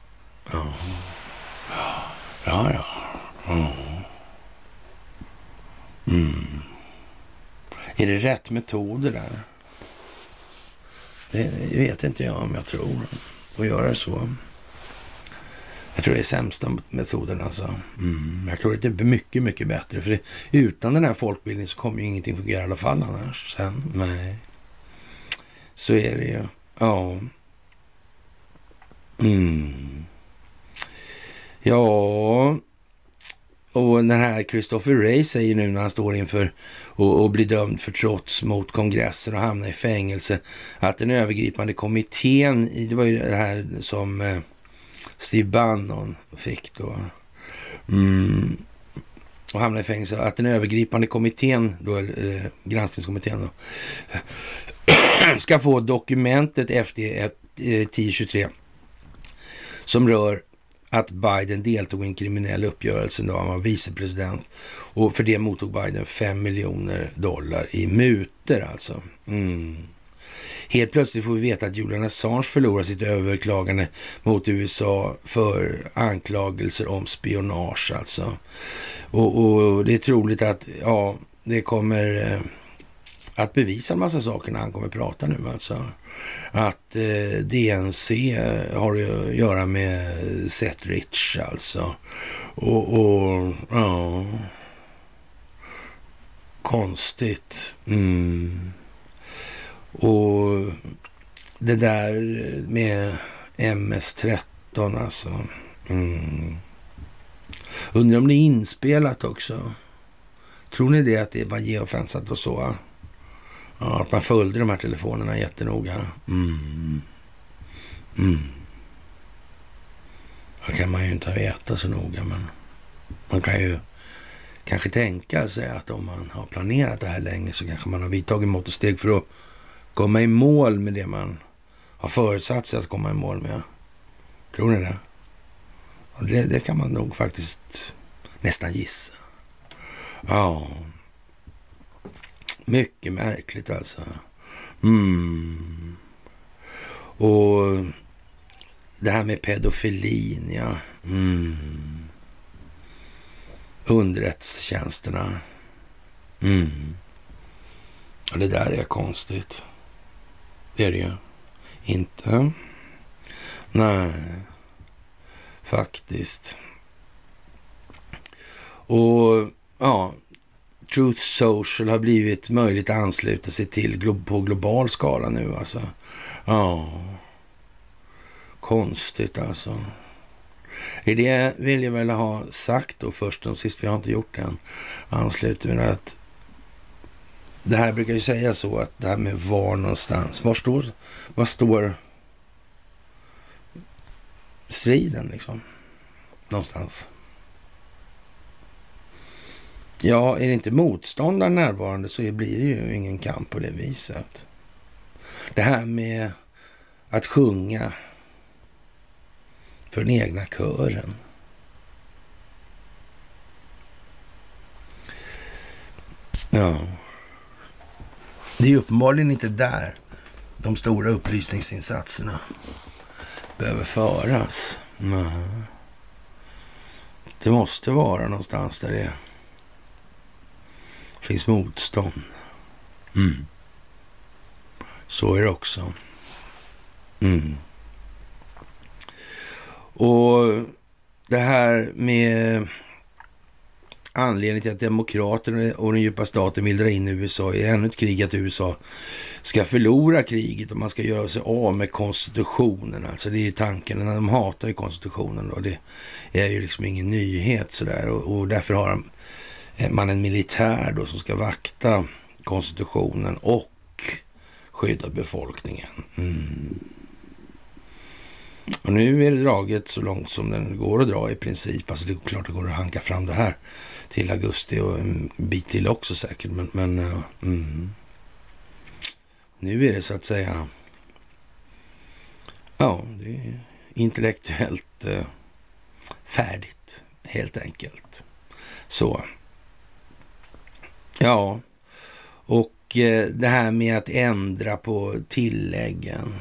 Är det rätt metoder där? Det vet inte jag om jag tror att göra så. Jag tror det är sämsta metoden alltså. Jag tror att det är mycket, mycket bättre. För utan den här folkbildningen så kommer ju ingenting fungera i alla fall annars. Sen, nej. Så är det ju. Ja. Ja. Och den här Christopher Wray säger nu när han står inför och blir dömd för trots mot kongressen och hamnar i fängelse, att den övergripande kommittén, det var ju det här som Steve Bannon fick då, och hamnar i fängelse, att den övergripande kommittén då, granskningskommittén då, ska få dokumentet FD 1023 som rör att Biden deltog i en kriminell uppgörelse då han var vicepresident, och för det mottog Biden $5 miljoner i mutor alltså. Helt plötsligt får vi veta att Julian Assange förlorar sitt överklagande mot USA för anklagelser om spionage alltså. Och det är troligt att det kommer att bevisa en massa saker när han kommer prata nu alltså. Att DNC har att göra med Seth Rich alltså. Och konstigt. Och det där med MS-13 alltså. Undrar om det är inspelat också. Tror ni det, att det var geofensat och så? Ja, att man följde de här telefonerna jättenoga. Det kan man ju inte veta så noga, men man kan ju kanske tänka sig att om man har planerat det här länge så kanske man har vidtagit mått och steg för att komma i mål med det man har förutsatt sig att komma i mål med. Tror ni det? Och det kan man nog faktiskt nästan gissa. Ja. Mycket märkligt alltså. Och det här med pedofilin, ja. Underrättstjänsterna. Och det där är konstigt. Det är det ju inte. Nej. Faktiskt. Och Truth Social har blivit möjligt att ansluta sig till på global skala nu alltså. Konstigt alltså. I det vill jag väl ha sagt då först och sist, för jag har inte gjort det än. Ansluter mig att det här brukar ju säga så, att det här med var någonstans. Var står striden liksom? Någonstans. Ja, är det inte motståndaren närvarande så blir det ju ingen kamp på det viset. Det här med att sjunga för den egna kören. Ja. Det är uppenbarligen inte där de stora upplysningsinsatserna behöver föras. Nej. Det måste vara någonstans där det finns motstånd. Så är det också. Och det här med anledningen till att demokraterna och den djupa staten vill dra in USA i ännu ett krig, att USA ska förlora kriget och man ska göra sig av med konstitutionen. Alltså det är ju tanken, när de hatar ju konstitutionen och det är ju liksom ingen nyhet sådär, och därför har man en militär då som ska vakta konstitutionen och skydda befolkningen. Och nu är det draget så långt som den går att dra i princip. Alltså det är klart det går att hanka fram det här till augusti och en bit till också säkert. Men nu är det så att säga, ja, det är intellektuellt färdigt helt enkelt. Så. Ja, och det här med att ändra på tilläggen.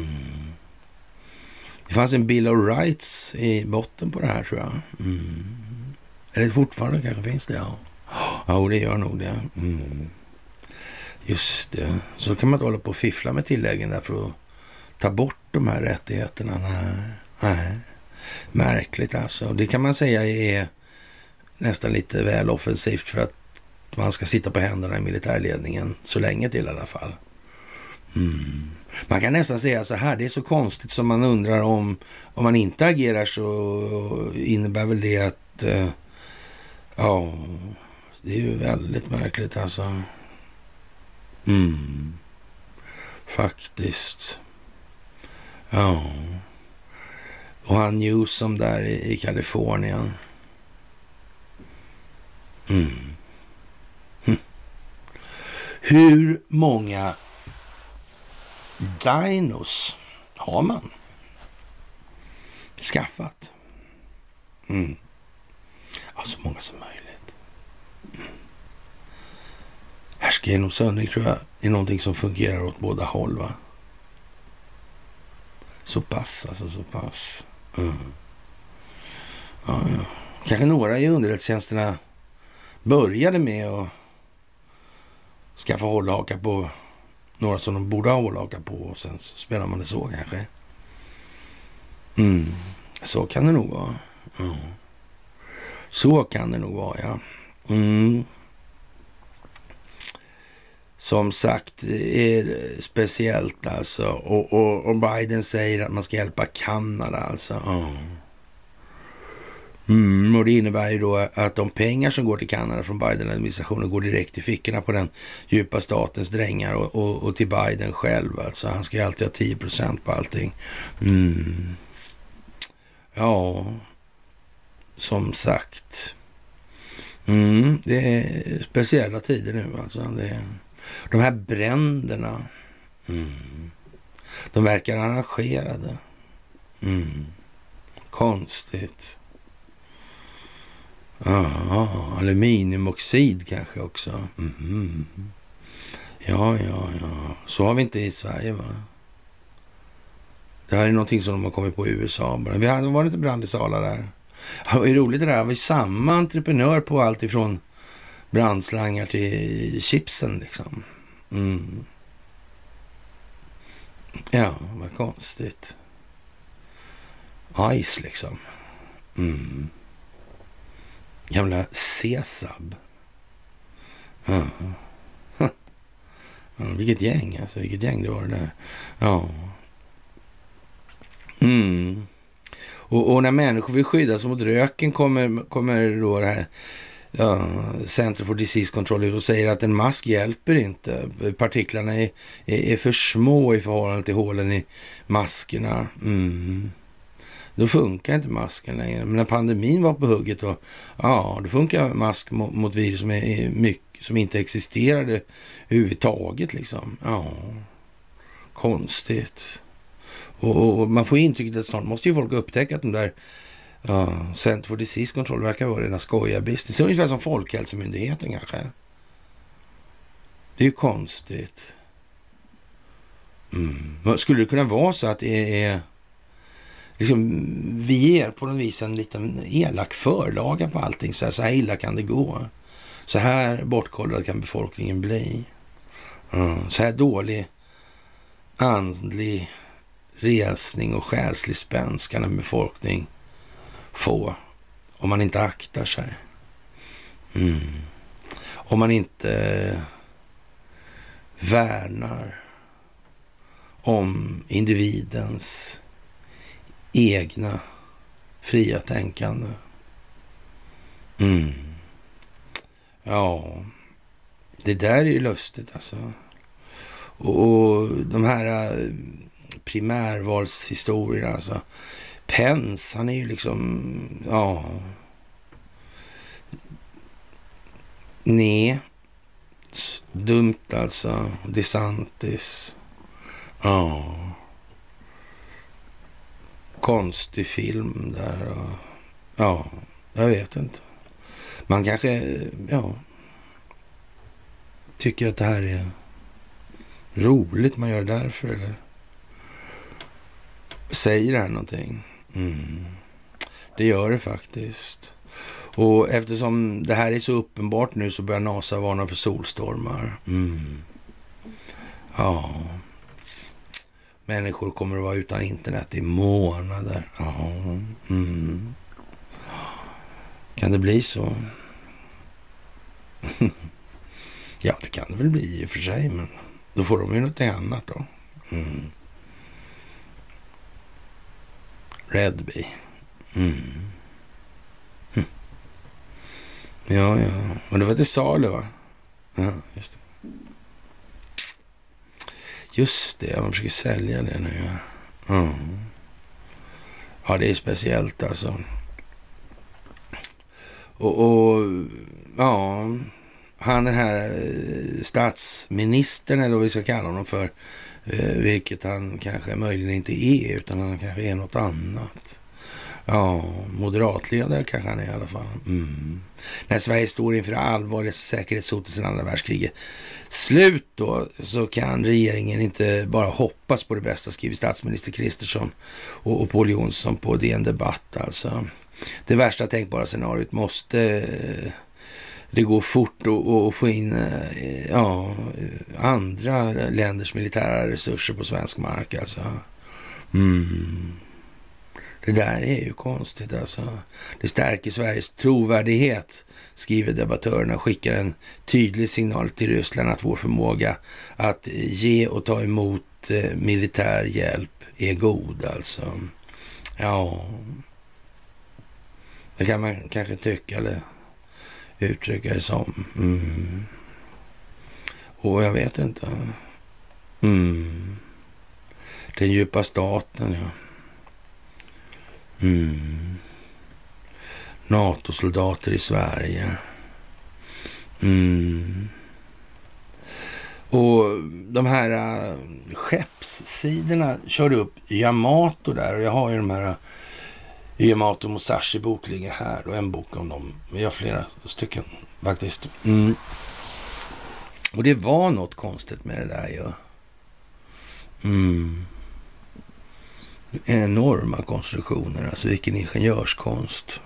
Det fanns en Bill of Rights i botten på det här, tror jag. Eller fortfarande kanske finns det, ja. Ja, det gör nog det. Just det. Så kan man inte hålla på och fiffla med tilläggen där för att ta bort de här rättigheterna. Nej. Märkligt alltså. Det kan man säga är nästan lite väl offensivt för att man ska sitta på händerna i militärledningen så länge till i alla fall. Man kan nästan säga så här, det är så konstigt som man undrar om man inte agerar så innebär väl det att ja, det är ju väldigt märkligt alltså. Faktiskt. Ja. Och han Newsom där i Kalifornien. Hur många dinos har man skaffat? Ja, så många som möjligt. Härskegenomsöndring tror jag är någonting som fungerar åt båda håll, va? Så pass. Ja. Kanske några i underrättelsetjänsterna började med att skaffa hållhaka på några som de borde ha hållhaka på och sen spelar man det så kanske. Så kan det nog vara. Så kan det nog vara, ja. Som sagt, är det speciellt alltså. Och Biden säger att man ska hjälpa Kanada alltså. Och det innebär ju då att de pengar som går till Kanada från Biden-administrationen går direkt i fickorna på den djupa statens drängar och till Biden själv. Alltså han ska ju alltid ha 10% på allting. Ja, som sagt. Det är speciella tider nu alltså. De här bränderna. De verkar arrangerade. Konstigt. Aluminiumoxid kanske också. Ja. Så har vi inte i Sverige, va? Det här är någonting som de har kommit på i USA. Vi hade varit lite brand i Sala där. Det var ju roligt det där. Det var ju samma entreprenör på allt ifrån brandslangar till chipsen liksom. Ja, vad konstigt. Ice liksom. Gamla Cesab. Vilket gäng alltså. Vilket gäng det var det där. Ja. Och när människor vill skydda sig mot röken kommer då det här Center for Disease Control ut och säger att en mask hjälper inte. Partiklarna är för små i förhållande till hålen i maskerna. Då funkar inte masken längre. Men när pandemin var på hugget då funkar mask mot virus som är mycket, som inte existerade överhuvudtaget liksom. Ja, konstigt. Och man får intrycket att snart måste ju folk upptäcka att de där Center for Disease Control verkar vara den här skoja business. Ungefär som Folkhälsomyndigheten kanske. Det är ju konstigt. Skulle det kunna vara så att det är liksom, vi ger på något vis en liten elak förlaga på allting. Så här illa kan det gå. Så här bortkollad kan befolkningen bli. Så här dålig andlig resning och själslig spänst kan en befolkning få om man inte aktar sig. Om man inte värnar om individens egna fria tänkande. Ja, det där är ju lustigt alltså. Och de här primärvalshistorierna alltså. Pence, han är ju liksom, nej, dumt alltså. DeSantis, konstig film där och, jag vet inte. Man kanske, tycker att det här är roligt, man gör det därför, eller säger det här någonting? Det gör det faktiskt. Och eftersom det här är så uppenbart nu så börjar NASA varna för solstormar. Ja. Människor kommer att vara utan internet i månader. Kan det bli så? Ja, det kan det väl bli i och för sig, men då får de ju något annat då. Redby. Ja. Men det var till salu, va? Ja, just det. Just det, man försöker sälja det nu. Ja, det är speciellt alltså. Och han den här statsministern, eller vad vi ska kalla honom för, vilket han kanske möjligen inte är, utan han kanske är något annat. Ja, moderatledare kanske han är i alla fall. När Sverige står inför allvarliga säkerhetshotet sedan andra världskriget slut då, så kan regeringen inte bara hoppas på det bästa, skriver statsminister Kristersson och Paul Jonsson på DN Debatt alltså. Det värsta tänkbara scenariot måste det gå fort att få in andra länders militära resurser på svensk mark alltså. Det där är ju konstigt alltså. Det stärker Sveriges trovärdighet, skriver debattörerna, och skickar en tydlig signal till Ryssland att vår förmåga att ge och ta emot militär hjälp är god alltså. Ja, det kan man kanske tycka eller uttrycka det som. Och jag vet inte. Den djupa staten, ja. NATO-soldater i Sverige. Och de här skeppssidorna körde upp Yamato där. Och jag har ju de här Yamato Musashi-bok ligger här. Och en bok om dem. Vi har flera stycken faktiskt. Och det var något konstigt med det där ju. Enorma konstruktioner, alltså vilken ingenjörskonst.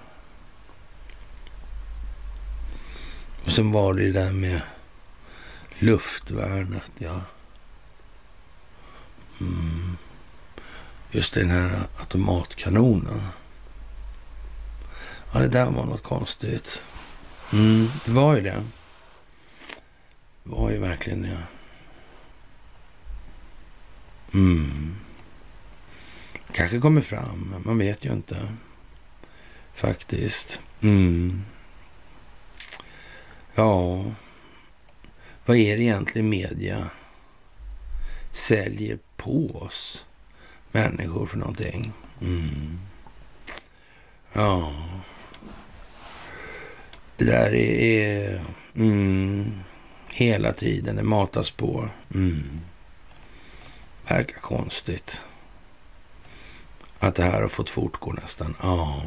Och sen var det där med luftvärnet, ja. Just den här automatkanonen. Ja, det där var något konstigt. Det var ju det. Det var ju verkligen det. Kanske kommer fram, man vet ju inte. Faktiskt. Ja, vad är det egentligen media säljer på oss människor för någonting? Ja. Det där är hela tiden, det matas på. Verkar konstigt att det här har fått fortgå nästan. Ja.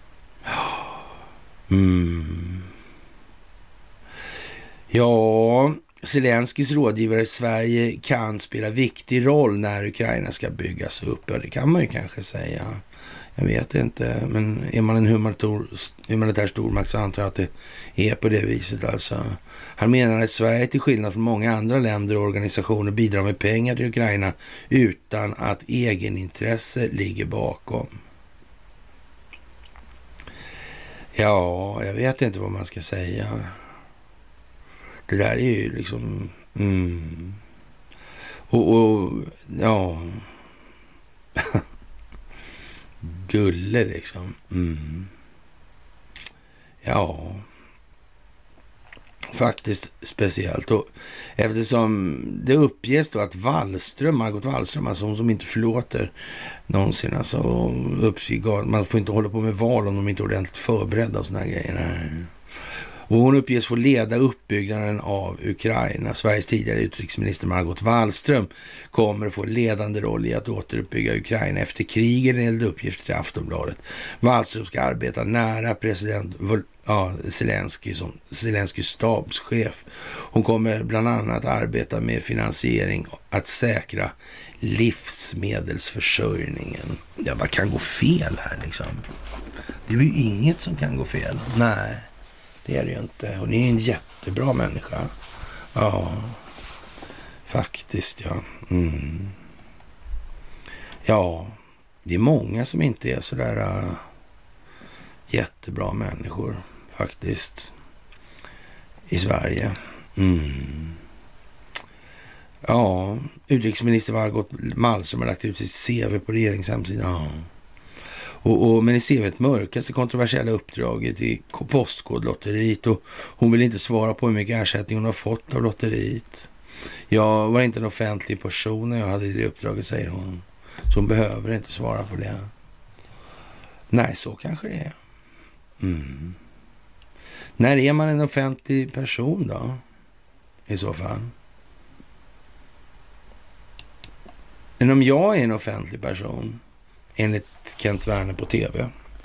Ja, Zelenskyjs rådgivare i Sverige kan spela viktig roll när Ukraina ska byggas upp. Ja, det kan man ju kanske säga. Jag vet inte, men är man en humanitär stormakt så antar jag att det är på det viset alltså. Han menar att Sverige till skillnad från många andra länder och organisationer bidrar med pengar till Ukraina utan att egenintresse ligger bakom. Ja, jag vet inte vad man ska säga. Det där är ju liksom... ja... Gulle liksom. Ja. Faktiskt speciellt. Och eftersom det uppges då att Margot Wallström, alltså hon som inte förlåter någonsin, alltså man får inte hålla på med val om de inte är ordentligt förberedda och såna här grejer. Nej. Och hon uppges få leda uppbyggnaden av Ukraina. Sveriges tidigare utrikesminister Margot Wallström kommer att få en ledande roll i att återuppbygga Ukraina efter kriget, enligt uppgifter till Aftonbladet. Wallström ska arbeta nära president Zelenskyj som Zelenskyjs stabschef. Hon kommer bland annat arbeta med finansiering att säkra livsmedelsförsörjningen. Ja, vad kan gå fel här liksom? Det är ju inget som kan gå fel. Nej. Det är det ju inte. Hon är en jättebra människa. Ja, faktiskt ja. Ja, det är många som inte är sådär jättebra människor faktiskt i Sverige. Ja, utrikesminister Margot Wallström har lagt ut sitt CV på regeringshemsidan. Ja. Men i CV:t mörkas det kontroversiella uppdraget i postkodlotteriet och hon vill inte svara på hur mycket ersättning hon har fått av lotteriet. Jag var inte en offentlig person när jag hade det uppdraget, säger hon. Så hon behöver inte svara på det. Nej, så kanske det är. När är man en offentlig person då? I så fall. Men om jag är en offentlig person, enligt Kent Werner på TV.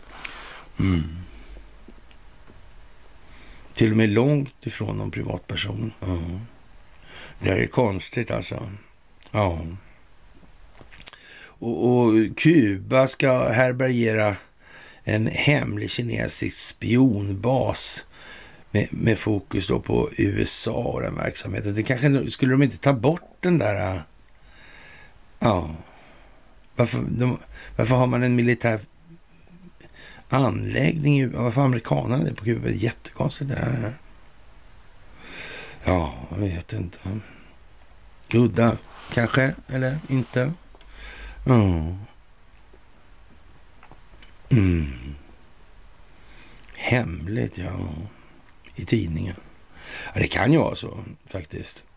Till och med långt ifrån någon privatperson. Det är konstigt alltså. Ja. Och Kuba ska härbärgera en hemlig kinesisk spionbas med fokus då på USA och den verksamheten. Det kanske skulle de inte ta bort den där... Ja. Varför har man en militär anläggning? Varför har amerikanerna det på Kuba? Det är jättekonstigt det här. Ja, jag vet inte. Udda, kanske, eller inte. Hemligt, ja. I tidningen. Ja, det kan ju vara så, faktiskt.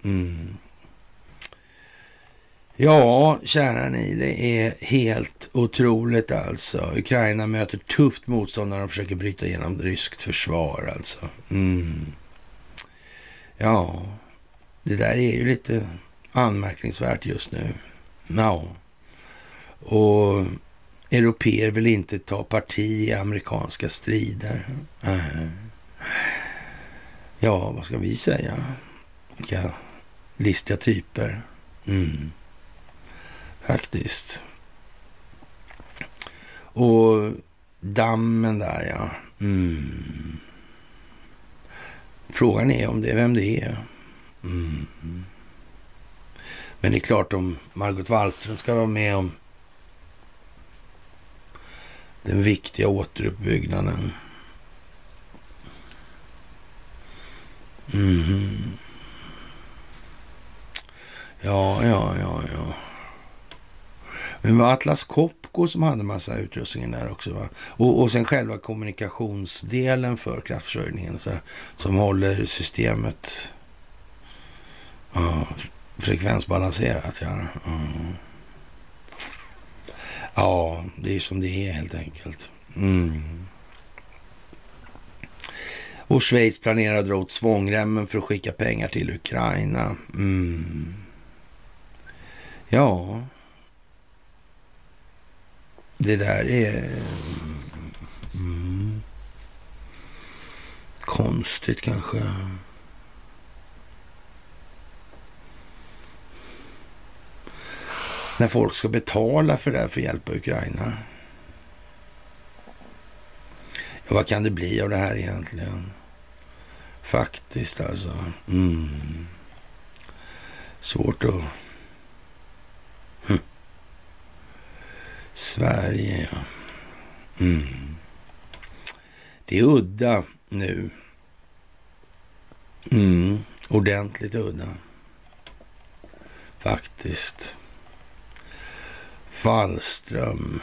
Ja, kära ni, det är helt otroligt alltså. Ukraina möter tufft motstånd när de försöker bryta igenom ryskt försvar alltså. Ja, det där är ju lite anmärkningsvärt just nu. Ja, och europeer vill inte ta parti i amerikanska strider. Ja, vad ska vi säga? Vilka listiga typer. Faktiskt. Och dammen där, ja. Frågan är om det är vem det är. Men det är klart, om Margot Wallström ska vara med om den viktiga återuppbyggnaden. Ja. Men det var Atlas Copco som hade massa utrustningen där också, va? Och sen själva kommunikationsdelen för kraftförsörjningen och så där, som håller systemet frekvensbalanserat. Ja, det är som det är helt enkelt. Och Schweiz planerar att dra åt svångremmen för att skicka pengar till Ukraina. Ja, det där är konstigt kanske. När folk ska betala för det här för att hjälpa Ukraina. Ja, vad kan det bli av det här egentligen? Faktiskt alltså. Svårt att... Sverige, ja. Det är udda nu. Ordentligt udda. Faktiskt. Wallström.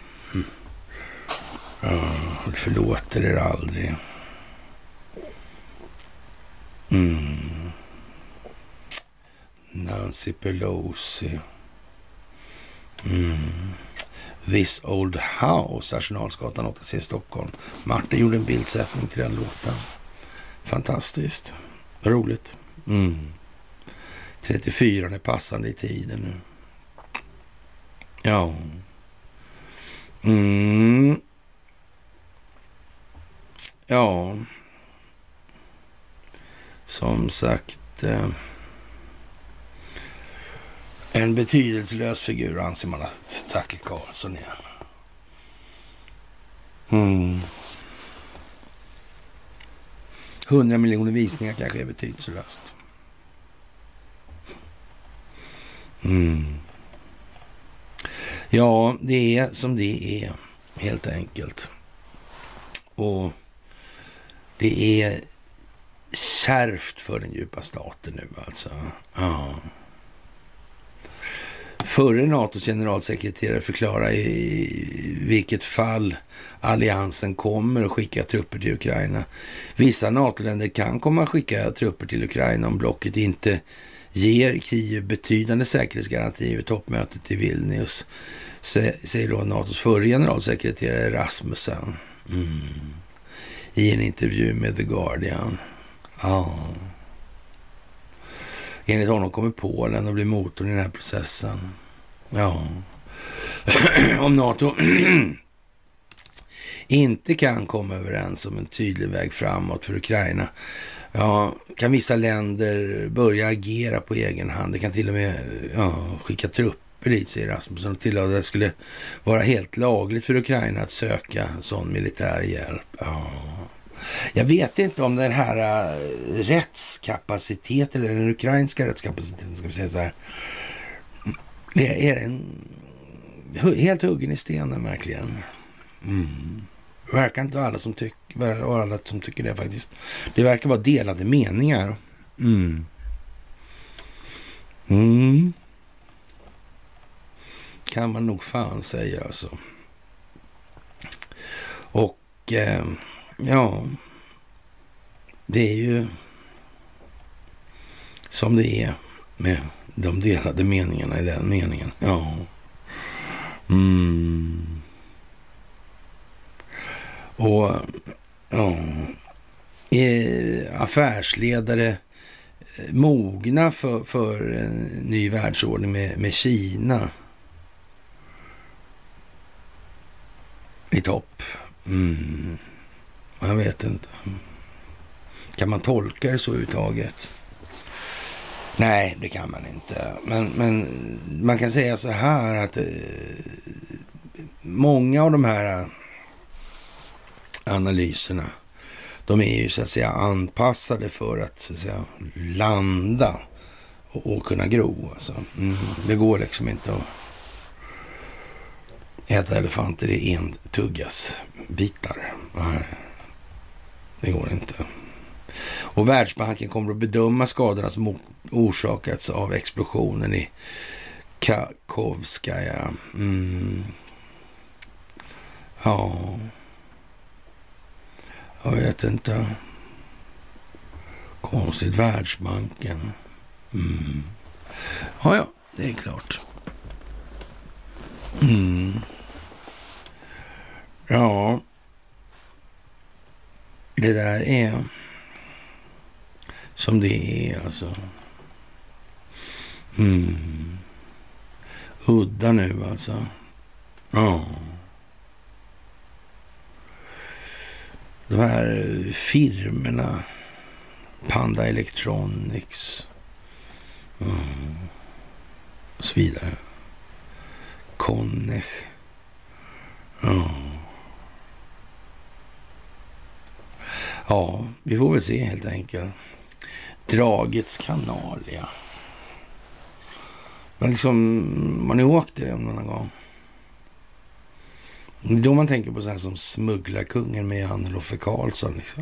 Förlåter er aldrig. Nancy Pelosi. This Old House, Arsenalsgatan 8C i Stockholm. Martin gjorde en bildsättning till den låten. Fantastiskt. Roligt. 34 är passande i tiden nu. Ja. Ja. Som sagt... En betydelselös figur anser man att Tucker Carlson är. 100 miljoner visningar kanske är betydelselöst. Ja, det är som det är helt enkelt. Och det är kärvt för den djupa staten nu alltså. Ja. Förre NATOs generalsekreterare förklarar i vilket fall alliansen kommer att skicka trupper till Ukraina. Vissa NATO-länder kan komma att skicka trupper till Ukraina om blocket inte ger Kiev betydande säkerhetsgarantier vid toppmötet i Vilnius, säger då NATOs förre generalsekreterare Rasmussen i en intervju med The Guardian. Ja. Enligt honom kommer Polen att bli motorn i den här processen. Ja. Om NATO inte kan komma överens om en tydlig väg framåt för Ukraina, ja, kan vissa länder börja agera på egen hand. Det kan till och med skicka trupper dit, säger Rasmussen. Och till och med det skulle vara helt lagligt för Ukraina att söka sån militär hjälp. Ja. Jag vet inte om den här rättskapaciteten, eller den ukrainska rättskapaciteten, ska vi säga så här, det är en helt huggen i stenen verkligen. Verkar inte alla som tycker det faktiskt. Det verkar vara delade meningar. Kan man nog fan säga alltså. Och ja, det är ju som det är med de delade meningarna i den meningen. Ja. Och ja, affärsledare mogna för en ny världsordning med Kina i topp. Jag vet inte. Kan man tolka det så överhuvudtaget? Nej, det kan man inte. Men man kan säga så här att många av de här analyserna, de är ju så att säga anpassade för att så att säga landa och kunna gro. Alltså. Det går liksom inte att äta elefanter i entuggas bitar. Nej, det går inte. Och Världsbanken kommer att bedöma skadorna som orsakats av explosionen i Kakhovskaja. Ja, jag vet inte. Konstigt, Världsbanken. Ja, det är klart. Ja, det där är som det är alltså. Udda nu alltså. Ja. De här firmerna, Panda Electronics och så vidare. Konnech. Ja, vi får väl se helt enkelt. Dragets kanal, ja. Men liksom, man har åkt i den någon gång. Då man tänker på så här som Smugglarkungen med Anne-Loffe Karlsson liksom.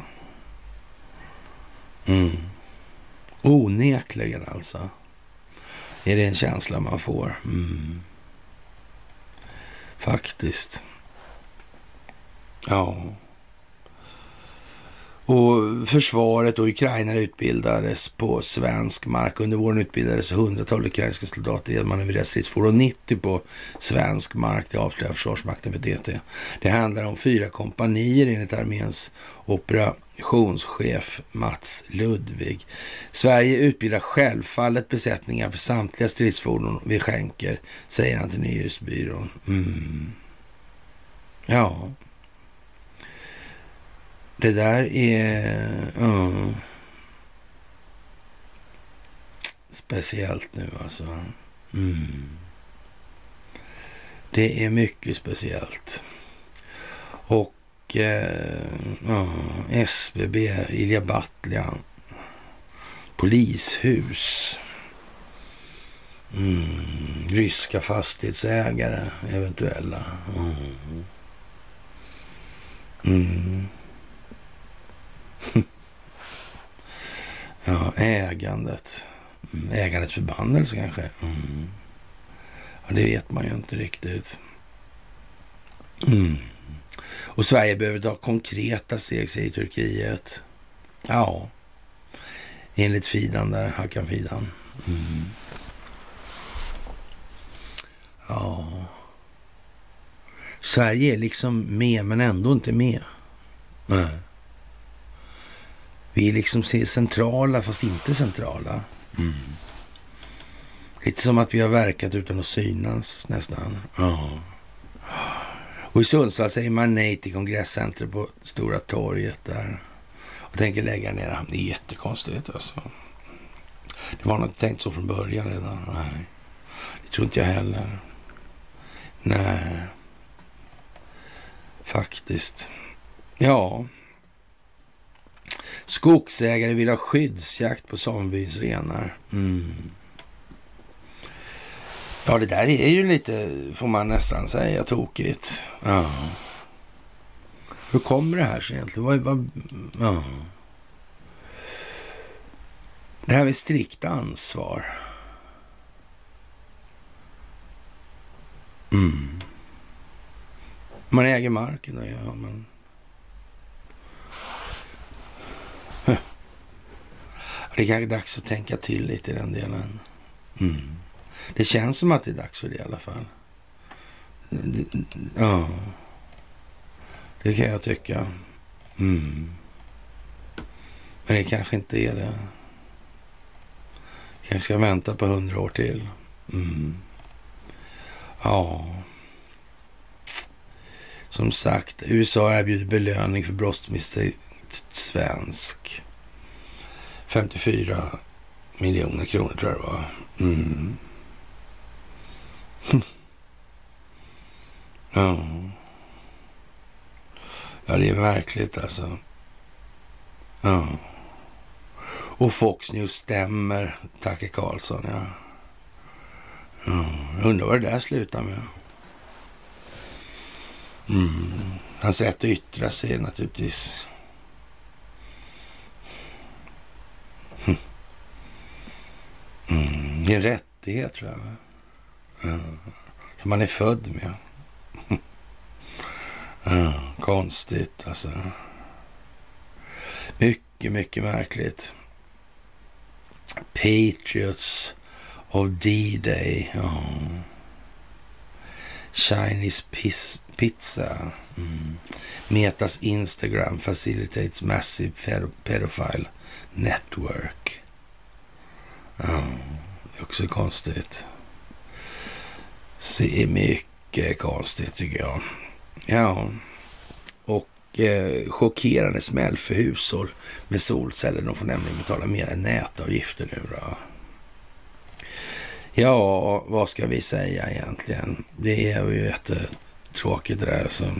Onekligen alltså. Är det en känsla man får. Faktiskt. Ja. Och försvaret och Ukraina utbildades på svensk mark. Under våren utbildades 100-tal ukrainska soldater i manövrerade stridsfordon, 90 på svensk mark. Det avslöjar Försvarsmakten för DT. Det handlar om 4 kompanier enligt arméns operationschef Mats Ludvig. Sverige utbildar självfallet besättningar för samtliga stridsfordon vi skänker, säger han till Nyhetsbyrån. Ja. Det där är speciellt nu alltså. Det är mycket speciellt. Och SBB, Ilja Batljan, polishus, ryska fastighetsägare eventuella. Ja, ägandets förbannelse kanske. Ja, det vet man ju inte riktigt. Och Sverige behöver ta konkreta steg, säger Turkiet. Ja, enligt Fidan där, Hakan Fidan. Ja. Sverige är liksom med men ändå inte med. Nej. Vi är liksom centrala fast inte centrala. Lite som att vi har verkat utan att synas nästan. Och i Sundsvall säger man nej till kongresscentret på Stora torget där. Och tänker lägga ner det. Det är jättekonstigt alltså. Det var något tänkt så från början redan. Nej, det tror inte jag heller. Nej. Faktiskt. Ja. Skogsägare vill ha skyddsjakt på samebyns renar. Ja, det där är ju lite, får man nästan säga, tokigt. Ja. Hur kommer det här sig egentligen? Ja. Det här med strikt ansvar. Man äger marken då, ja, men... Det är kanske dags att tänka till lite i den delen. Det känns som att det är dags för det i alla fall. Ja. Det kan jag tycka. Men det kanske inte är det. Kanske ska vänta på 100 år till. Ja. Som sagt, USA erbjuder belöning för brottsmisstänkt svensk. 54 miljoner kronor tror jag det var. Ja, det är verkligt alltså. Ja. Och Fox News stämmer, Tacke Karlsson, ja. Undrar vad det där slutar med. Hans rätt att yttra sig naturligtvis. Det är en rättighet tror jag. Som man är född med. Konstigt alltså. Mycket, mycket märkligt. Patriots of D-Day. Chinese pizza. Metas Instagram facilitates massive pedophile network. Ja, det är också konstigt. Det är mycket konstigt tycker jag. Ja, och chockerande smäll för hushåll med solceller. De får nämligen betala mer än nätavgifter nu då. Ja, vad ska vi säga egentligen? Det är ju jättetråkigt det där. Så.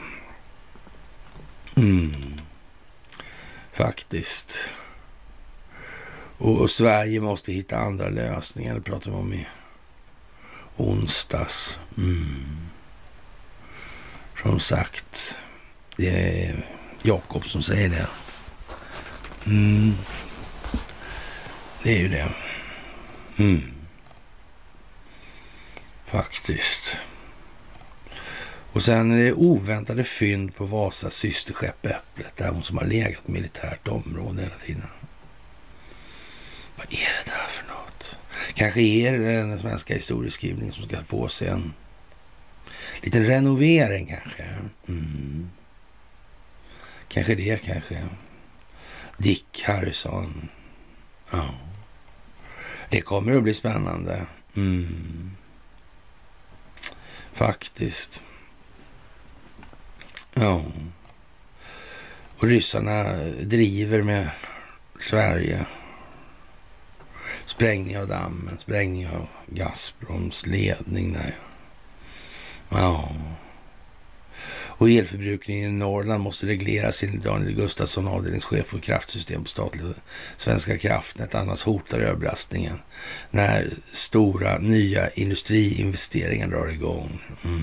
Faktiskt. Och Sverige måste hitta andra lösningar. Det pratade vi om i onsdags. Som sagt, det är Jakob som säger det. Det är ju det. Faktiskt. Och sen är det oväntade fynd på Vasas systerskepp Äpplet. Där hon som har legat militärt område hela tiden. Vad är det där för något? Kanske är det den svenska historieskrivningen som ska få sig en liten renovering kanske. Kanske det kanske. Dick Harrison. Ja. Det kommer att bli spännande. Faktiskt. Ja. Och ryssarna driver med Sverige. Sprängning av dammen, sprängning av Gazproms ledning där. Ja. Och elförbrukningen i Norrland måste regleras enligt Daniel Gustafsson, avdelningschef för kraftsystem på statliga Svenska kraftnät. Annars hotar överbelastningen när stora nya industriinvesteringar drar igång.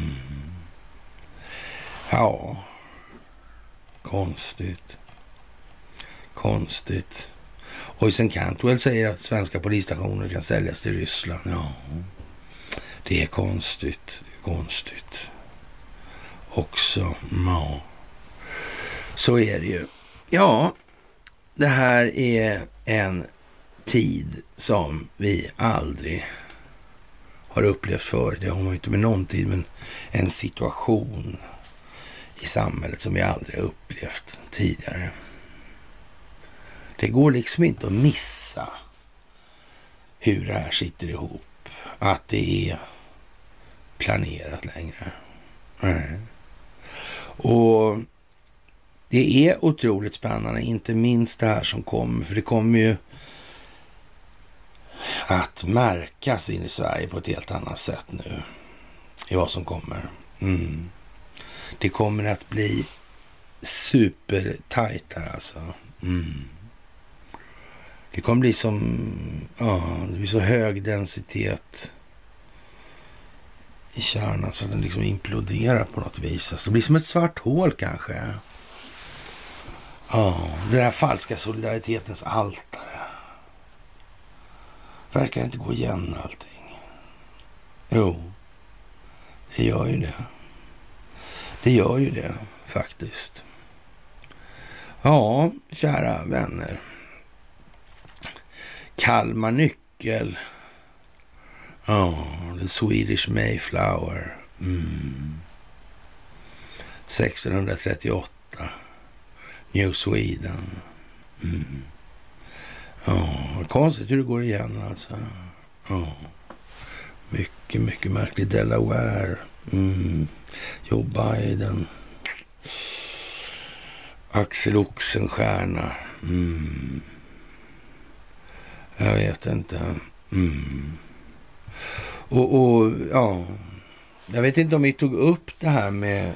Ja, konstigt. Och sen Cantwell säger att svenska polisstationer kan säljas till Ryssland. Ja, det är konstigt. Också, ja. Så är det ju. Ja, det här är en tid som vi aldrig har upplevt förut. Det har man ju inte med någon tid, men en situation i samhället som vi aldrig har upplevt tidigare. Det går liksom inte att missa hur det här sitter ihop. Att det är planerat längre. Nej. Och det är otroligt spännande, inte minst det här som kommer. För det kommer ju att märkas in i Sverige på ett helt annat sätt nu. I vad som kommer. Det kommer att bli supertajt här alltså. Det kommer bli som, det blir så hög densitet i kärnan så att den liksom imploderar på något vis. Alltså, det blir som ett svart hål kanske. Det där falska solidaritetens altare. Verkar inte gå igen allting. Jo, det gör ju det. Det gör ju det faktiskt. Ja, kära vänner. Kalmar nyckel. The Swedish Mayflower. 1638. New Sweden. Konstigt hur det går igen alltså. Mycket märkligt. Delaware. Joe Biden. Axel Oxenstierna. Jag vet inte. Och ja, jag vet inte om vi tog upp det här med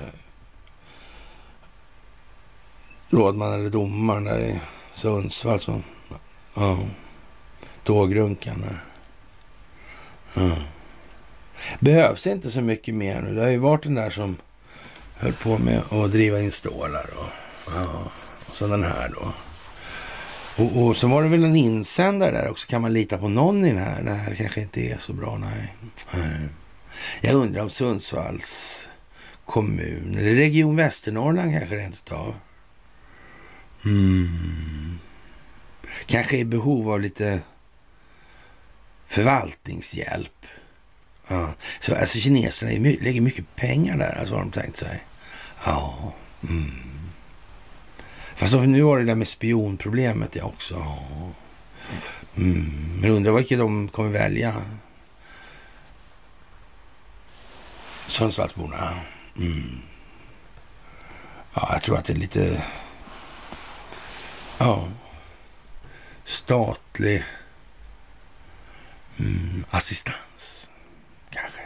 rådman eller domaren där i Sundsvall som tågrunkarna. Behövs inte så mycket mer nu. Det har ju varit den där som höll på med att driva in stålar och så den här då. Och så var det väl en insändare där också. Kan man lita på någon i den här? Det här kanske inte är så bra, nej. Jag undrar om Sundsvalls kommun eller Region Västernorrland kanske det inte tar. Kanske är behov av lite förvaltningshjälp. Ja. Så alltså kineserna lägger mycket pengar där, alltså har de tänkt sig. Ja. Fast nu har det där med spionproblemet jag också. Ja. Men undrar vilka de kommer välja. Sundsvallsborna. Ja, jag tror att det är lite statlig assistans kanske.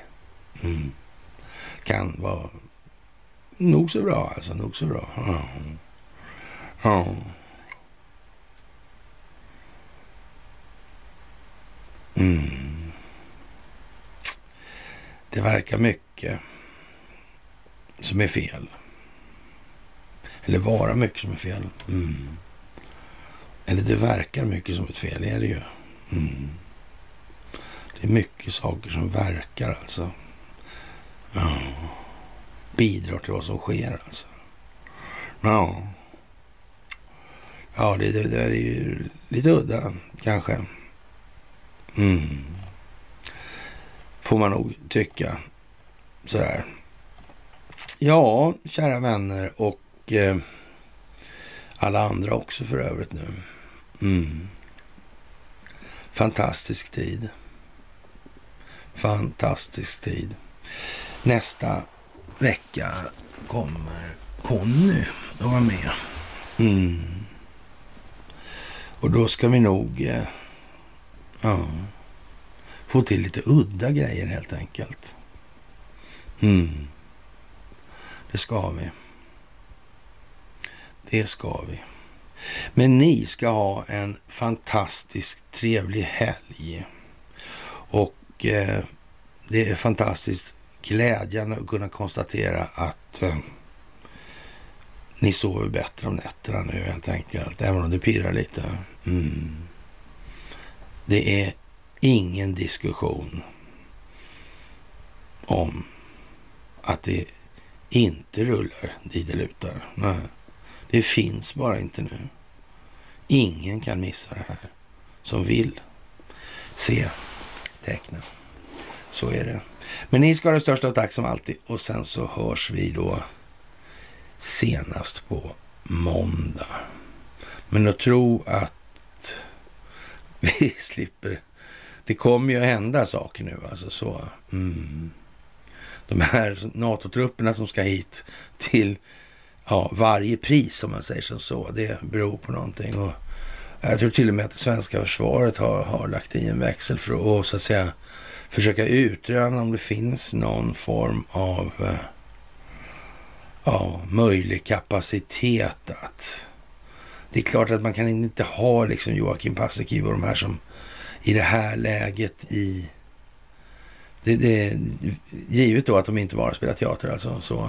Kan vara nog så bra, alltså nog så bra. Ja. Det verkar mycket som är fel. Eller vara mycket som är fel. Eller det verkar mycket som ett fel, är det ju. Det är mycket saker som verkar alltså. Bidrar till vad som sker alltså. Ja, det är ju lite udda kanske. Får man nog tycka sådär. Ja, kära vänner och alla andra också för övrigt nu. Fantastisk tid. Fantastisk tid. Nästa vecka kommer Conny att vara med. Och då ska vi nog få till lite udda grejer helt enkelt. Det ska vi. Det ska vi. Men ni ska ha en fantastiskt trevlig helg. Och det är fantastiskt glädjande att kunna konstatera att ni sover bättre om nätterna nu helt enkelt. Även om det pirrar lite. Det är ingen diskussion om att det inte rullar dit det lutar. Nej. Det finns bara inte nu. Ingen kan missa det här som vill se tecknen. Så är det. Men ni ska ha det största tack som alltid. Och sen så hörs vi då senast på måndag. Men att tro att vi slipper. Det kommer ju att hända saker nu. Alltså så. De här NATO-trupperna som ska hit till varje pris, som man säger som så. Det beror på någonting. Och jag tror till och med att det svenska försvaret har lagt i en växel för att så att säga försöka utröna om det finns någon form av möjlig kapacitet att. Det är klart att man kan inte ha liksom Joakim Paasikivi och de här som i det här läget det är givet då att de inte bara spelar teater alltså så.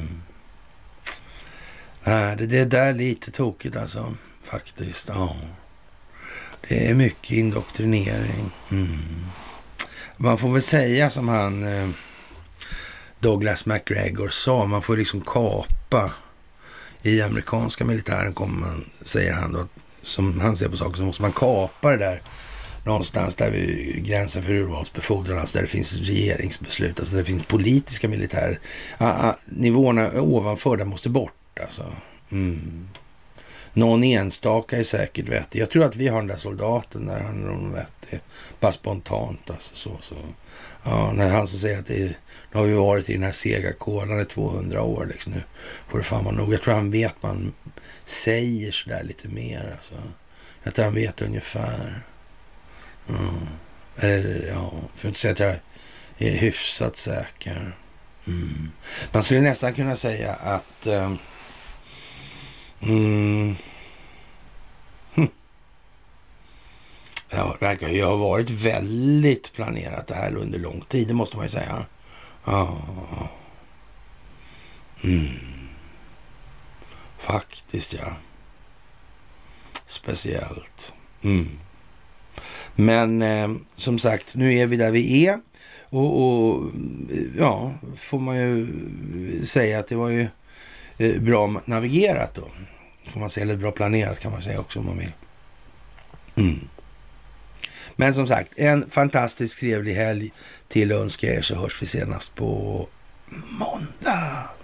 Nej, det är där lite tokigt alltså faktiskt. Ja. Det är mycket indoktrinering. Man får väl säga som han Douglas McGregor sa, man får liksom kapa i amerikanska militären, kommer man, säger han då, som han ser på saker, så måste man kapa det där någonstans där vid gränsen för urvalsbefordran, alltså där det finns regeringsbeslut, alltså där det finns politiska militärer. Nivåerna ovanför där måste bort alltså. Någon enstaka är säkert vettig. Jag tror att vi har den där soldaten där, han är någon vettig. Bara spontant alltså så. Ja, när han som säger att nu har vi varit i den här sega kolan i 200 år liksom, nu får det fan vara nog. Jag tror han vet, man säger sådär lite mer alltså. Jag tror han vet ungefär. Eller för att inte säga att jag är hyfsat säker. Man skulle nästan kunna säga att det verkar ju ha varit väldigt planerat det här under lång tid, det måste man ju säga. Faktiskt ja. Speciellt. Men som sagt, nu är vi där vi är. Och får man ju säga att det var ju bra navigerat då. Får man säga, eller bra planerat kan man säga också om man vill. Men som sagt, en fantastiskt trevlig helg till önskar er, så hörs vi senast på måndag.